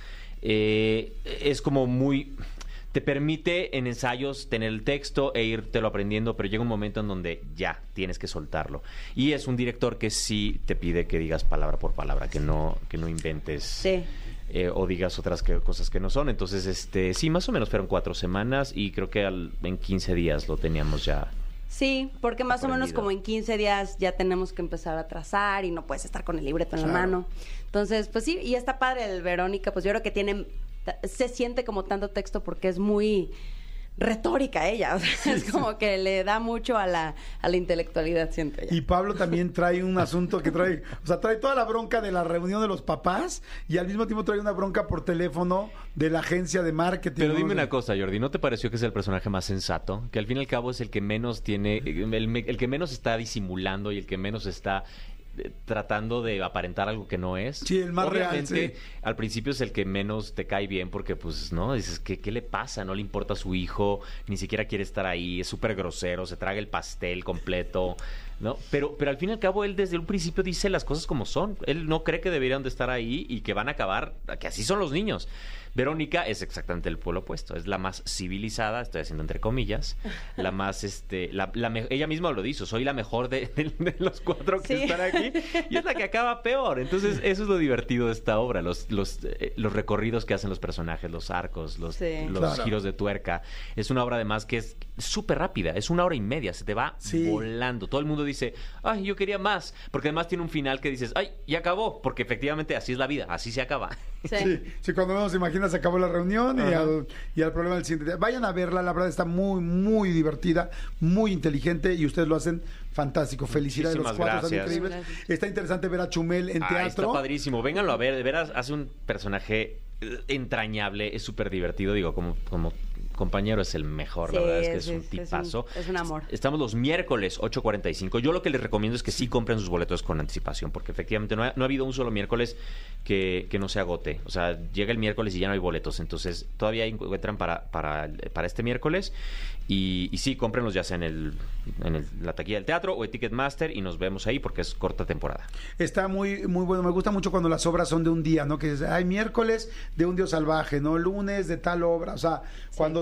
Eh, es como muy... Te permite en ensayos tener el texto e írtelo aprendiendo, pero llega un momento en donde ya tienes que soltarlo. Y es un director que sí te pide que digas palabra por palabra, que no, que no inventes... Sí. Eh, o digas otras que, cosas que no son. Entonces, este sí, más o menos fueron cuatro semanas y creo que al, en quince días lo teníamos ya. Sí, porque más aprendido. o menos como en quince días ya tenemos que empezar a trazar y no puedes estar con el libreto en Claro. la mano. Entonces, pues sí, y está padre el Verónica, pues yo creo que tiene, se siente como tanto texto porque es muy retórica ella, o sea, sí, es como sí. que le da mucho a la, a la intelectualidad, siento ella. Y Pablo también trae un asunto que trae, o sea, trae toda la bronca de la reunión de los papás y al mismo tiempo trae una bronca por teléfono de la agencia de marketing. Pero dime ¿no? una cosa, Jordi, ¿no te pareció que es el personaje más sensato? Que al fin y al cabo es el que menos tiene, el, el que menos está disimulando y el que menos está tratando de aparentar algo que no es. Sí, el más Obviamente, real, sí. Al principio es el que menos te cae bien porque, pues, ¿no? Dices, ¿qué, qué le pasa? No le importa a su hijo, ni siquiera quiere estar ahí, es súper grosero, se traga el pastel completo, ¿no? Pero, pero al fin y al cabo, él desde un principio dice las cosas como son. Él no cree que deberían de estar ahí y que van a acabar, que así son los niños. Verónica es exactamente el polo opuesto, es la más civilizada, estoy haciendo entre comillas, la más, este, la, la me- ella misma lo dice, soy la mejor de, de, de los cuatro que Sí. están aquí y es la que acaba peor. Entonces eso es lo divertido de esta obra, los, los, eh, los recorridos que hacen los personajes, los arcos, los, Sí. los Claro. giros de tuerca. Es una obra además que es súper rápida, es una hora y media, se te va Sí. volando. Todo el mundo dice, ay, yo quería más, porque además tiene un final que dices, ay, ya acabó, porque efectivamente así es la vida, así se acaba. Sí. Sí, sí, cuando menos se imagina se acabó la reunión y al, y al problema del siguiente día. Vayan a verla, la verdad está muy, muy divertida, muy inteligente y ustedes lo hacen fantástico. Felicidades, los Muchísimas cuatro están gracias. increíbles. Gracias. Está interesante ver a Chumel en Ah, teatro. está padrísimo. Vénganlo a ver. De veras, hace un personaje eh, entrañable. Es súper divertido. Digo, como, como compañero es el mejor. La Sí, verdad es que es, sí, un sí, es un- tipazo. es un amor. Estamos los miércoles ocho cuarenta y cinco. Yo lo que les recomiendo es que sí compren sus boletos con anticipación, porque efectivamente no ha, no ha habido un solo miércoles que, que no se agote. O sea, llega el miércoles y ya no hay boletos. Entonces, todavía encuentran para, para, para este miércoles. Y, y sí, cómprenlos ya sea en, el, en el- la taquilla del teatro o en Ticketmaster y nos vemos ahí porque es corta temporada. Está muy, muy bueno. Me gusta mucho cuando las obras son de un día, ¿no? Que es, hay miércoles de un dios salvaje, ¿no? Lunes de tal obra. O sea, cuando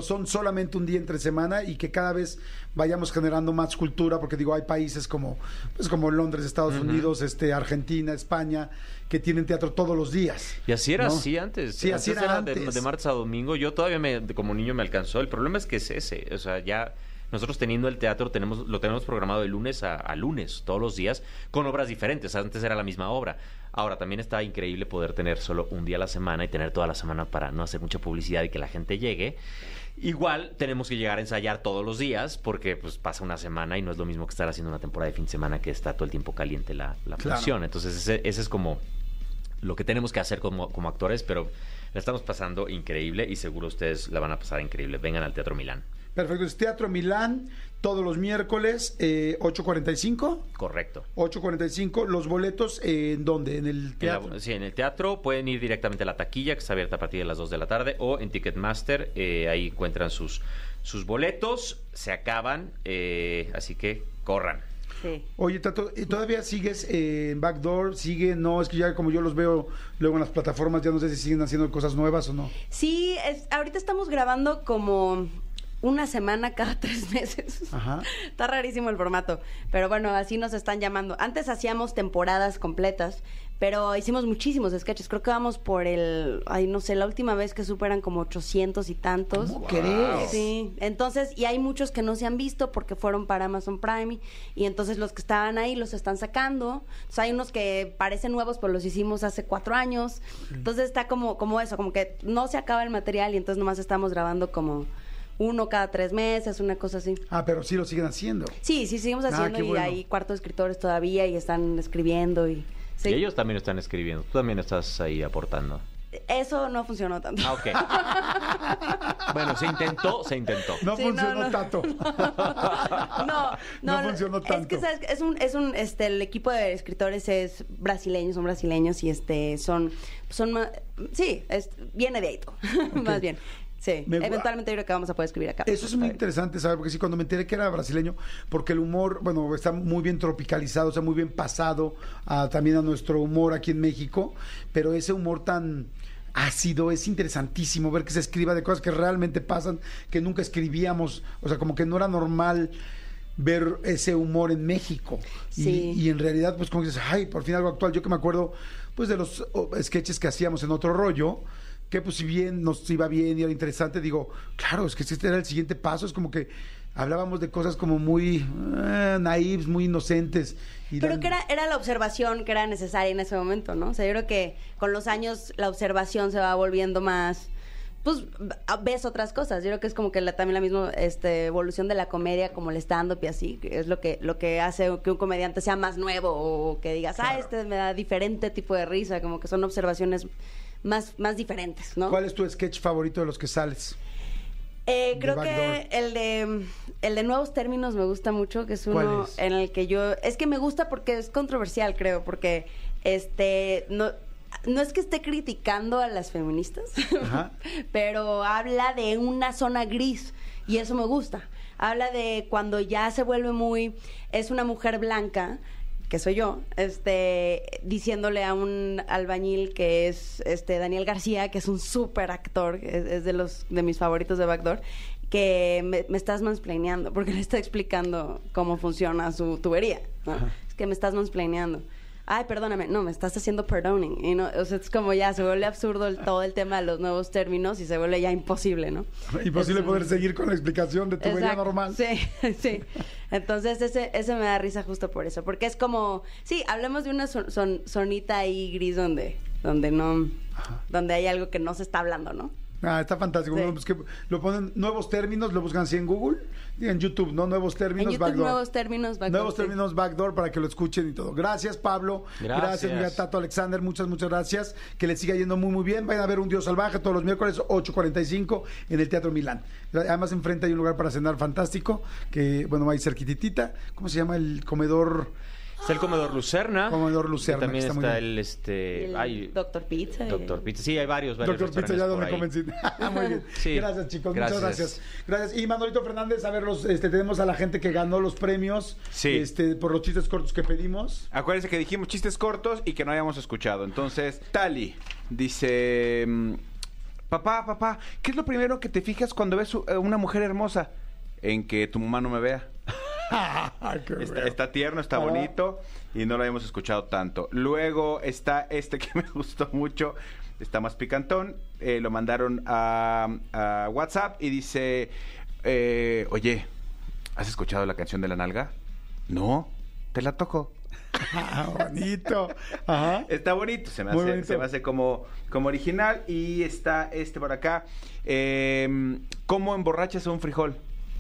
son solamente un día entre semana y que cada vez vayamos generando más cultura, porque digo, hay países como, pues como Londres, Estados uh-huh. Unidos, este, Argentina, España, que tienen teatro todos los días. Y así era ¿no? así antes. Sí, así antes era, era antes. De, de martes a domingo. Yo todavía me, como niño me alcanzó. El problema es que es ese. O sea, ya nosotros teniendo el teatro tenemos lo tenemos programado de lunes a, a lunes, todos los días, con obras diferentes. Antes era la misma obra. Ahora, también está increíble poder tener solo un día a la semana y tener toda la semana para no hacer mucha publicidad y que la gente llegue. Igual tenemos que llegar a ensayar todos los días porque pues pasa una semana y no es lo mismo que estar haciendo una temporada de fin de semana que está todo el tiempo caliente la, la Claro. función. Entonces ese, ese es como lo que tenemos que hacer como, como actores, pero la estamos pasando increíble y seguro ustedes la van a pasar increíble. Vengan al Teatro Milán. Perfecto, es Teatro Milán, todos los miércoles, eh, ocho cuarenta y cinco. Correcto. ocho cuarenta y cinco, los boletos, eh, ¿en dónde? ¿En el teatro? En la, sí, en el teatro pueden ir directamente a la taquilla, que está abierta a partir de las dos de la tarde, o en Ticketmaster, eh, ahí encuentran sus, sus boletos, se acaban, eh, así que corran. Sí. Oye, Tato, ¿y ¿todavía sigues eh, en Backdoor? ¿Sigue? No, es que ya como yo los veo luego en las plataformas, ya no sé si siguen haciendo cosas nuevas o no. Sí, es, ahorita estamos grabando como una semana cada tres meses. Ajá. Está rarísimo el formato, pero bueno, así nos están llamando. Antes hacíamos temporadas completas, pero hicimos muchísimos sketches. Creo que vamos por el, ay, no sé, la última vez que superan como ochocientos y tantos. ¿Cómo crees? Sí, entonces, y hay muchos que no se han visto porque fueron para Amazon Prime, y, y entonces los que estaban ahí los están sacando. Entonces hay unos que parecen nuevos, pero los hicimos hace cuatro años. Entonces está como, como eso, como que no se acaba el material y entonces nomás estamos grabando como uno cada tres meses, una cosa así. Ah, pero sí lo siguen haciendo. Sí, sí, seguimos haciendo qué y bueno. hay cuarto de escritores todavía y están escribiendo y... Sí. Y ellos también están escribiendo. Tú también estás ahí aportando. Eso no funcionó tanto. Ah, ok. Bueno, se intentó, se intentó. No Sí, funcionó no, no. tanto. No, no, No funcionó Es tanto. que ¿sabes? es un, es un, este, el equipo de escritores es brasileño, son brasileños y este, son, son, ma- sí, es, viene de ahí todo, más bien. Sí, Me gu- eventualmente yo creo que vamos a poder escribir acá. Eso es muy interesante, ¿sabes? Porque sí, cuando me enteré que era brasileño, porque el humor, bueno, está muy bien tropicalizado, o sea, muy bien pasado a, también a nuestro humor aquí en México, pero ese humor tan ácido, es interesantísimo ver que se escriba de cosas que realmente pasan, que nunca escribíamos, o sea, como que no era normal ver ese humor en México. Y, Sí. y en realidad, pues como que dices, ay, por fin algo actual. Yo que me acuerdo, pues de los oh, sketches que hacíamos en Otro Rollo, que pues si bien nos iba bien y era interesante, digo, claro, es que este era el siguiente paso, es como que hablábamos de cosas como muy eh, naives, muy inocentes. Y Pero dan- que era, era la observación que era necesaria en ese momento, ¿no? O sea, yo creo que con los años la observación se va volviendo más... Pues ves otras cosas. Yo creo que es como que la, también la misma este, evolución de la comedia, como el stand-up y así, que es lo que, lo que hace que un comediante sea más nuevo o que digas, ah, este me da diferente tipo de risa, como que son observaciones más, más diferentes, ¿no? ¿Cuál es tu sketch favorito de los que sales? Eh, de creo Backdoor? que el de el de Nuevos Términos me gusta mucho, que es ¿Cuál uno es? en el que yo es que me gusta porque es controversial, creo, porque este no no es que esté criticando a las feministas, Ajá. pero habla de una zona gris y eso me gusta. Habla de cuando ya se vuelve muy es una mujer blanca, que soy yo, este, diciéndole a un albañil que es este Daniel García, que es un súper actor, es, es de los de mis favoritos de Backdoor, que me, me estás mansplaineando, porque le está explicando cómo funciona su tubería, ¿no? Es que me estás mansplaineando. Ay, perdóname, no, me estás haciendo perdoning. Y no, o sea, es como ya se vuelve absurdo el, todo el tema de los nuevos términos y se vuelve ya imposible, ¿no? Imposible Es- poder seguir con la explicación de tu vida Exacto, normal. Sí, sí. Entonces ese, ese me da risa justo por eso, porque es como, sí, hablemos de una son, son- zonita ahí gris donde, donde no, donde hay algo que no se está hablando, ¿no? Ah, está fantástico. Sí. Bueno, pues que lo ponen nuevos términos, lo buscan así en Google, y en YouTube, ¿no? Nuevos términos, En YouTube, Backdoor. nuevos términos, Backdoor, Nuevos sí. términos Backdoor para que lo escuchen y todo. Gracias, Pablo. Gracias. Gracias, mira, Tato Alexander. Muchas, muchas gracias. Que le siga yendo muy, muy bien. Vayan a ver Un Dios Salvaje todos los miércoles, ocho cuarenta y cinco, en el Teatro Milán. Además, enfrente hay un lugar para cenar fantástico, que, bueno, ahí cerquititita. ¿Cómo se llama? El comedor... Está el comedor Lucerna. Comedor Lucerna, que también que está muy está bien. el este. El ay, Doctor Pizza. y- Doctor Pizza. Sí, hay varios, varios. Doctor Pizza, ya donde restaurantes por ahí. convencí. Muy bien. Sí. Gracias, chicos. Gracias. Muchas gracias. Gracias. Y Manolito Fernández, a ver, los, este, tenemos a la gente que ganó los premios Sí. este, por los chistes cortos que pedimos. Acuérdense que dijimos chistes cortos y que no habíamos escuchado. Entonces, Tali dice... mm, papá, papá, ¿qué es lo primero que te fijas cuando ves una mujer hermosa? En que tu mamá no me vea. está, está tierno, está bonito y no lo habíamos escuchado tanto. Luego está este que me gustó mucho, está más picantón, eh, lo mandaron a, a WhatsApp y dice, eh, oye, ¿has escuchado la canción de La Nalga? No, te la toco. Bonito. Ajá. Está bonito, se me hace, bonito. Se me hace como, como original. Y está este por acá, eh, ¿cómo emborrachas a un frijol?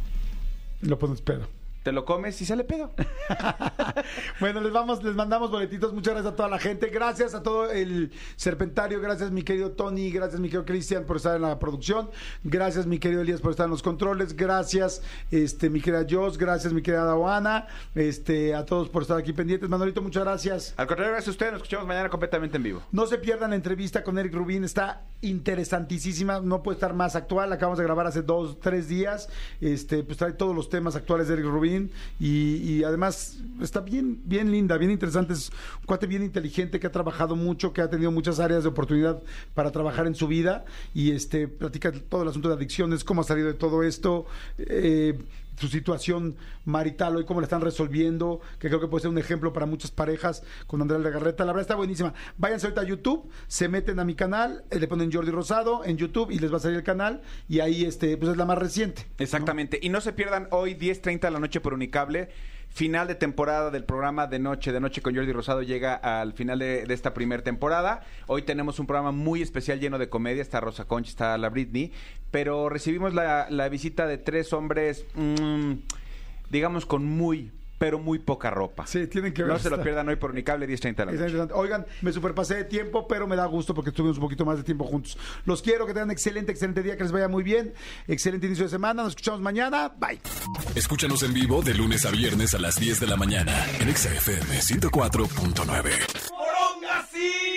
Lo pones pedo. Te lo comes y sale pedo. Bueno, les vamos, les mandamos boletitos. Muchas gracias a toda la gente. Gracias a todo el Serpentario. Gracias, mi querido Tony. Gracias, mi querido Cristian, por estar en la producción. Gracias, mi querido Elías, por estar en los controles. Gracias, este, mi querida Jos. Gracias, mi querida Dawana. Este, a todos por estar aquí pendientes. Manolito, muchas gracias. Al contrario, gracias a ustedes. Nos escuchamos mañana completamente en vivo. No se pierdan la entrevista con Eric Rubin. Está interesantísima. No puede estar más actual. Acabamos de grabar hace dos, tres días. Este, pues trae todos los temas actuales de Eric Rubin. Y, y además está bien, bien linda, bien interesante. Es un cuate bien inteligente que ha trabajado mucho, que ha tenido muchas áreas de oportunidad para trabajar en su vida. Y este platica todo el asunto de adicciones, cómo ha salido de todo esto, eh, su situación marital hoy, cómo la están resolviendo, que creo que puede ser un ejemplo para muchas parejas con Andrea Legarreta. La verdad está buenísima. Váyanse ahorita a YouTube, se meten a mi canal, eh, le ponen Jordi Rosado en YouTube y les va a salir el canal y ahí este pues es la más reciente. Exactamente. ¿No? Y no se pierdan hoy diez treinta de la noche por Unicable. Final de temporada del programa de Noche, de Noche con Jordi Rosado llega al final de, de esta primera temporada. Hoy tenemos un programa muy especial lleno de comedia. Está Rosa Concha, está la Britney. Pero recibimos la, la visita de tres hombres, mmm, digamos, con muy, pero muy poca ropa. Sí, tienen que ver. No se lo pierdan hoy por Unicable, diez treinta de la noche. Oigan, me superpasé de tiempo, pero me da gusto porque estuvimos un poquito más de tiempo juntos. Los quiero, que tengan excelente, excelente día, que les vaya muy bien. Excelente inicio de semana. Nos escuchamos mañana. Bye. Escúchanos en vivo de lunes a viernes a las diez de la mañana en Exa F M ciento cuatro punto nueve. ¡Moronga, sí!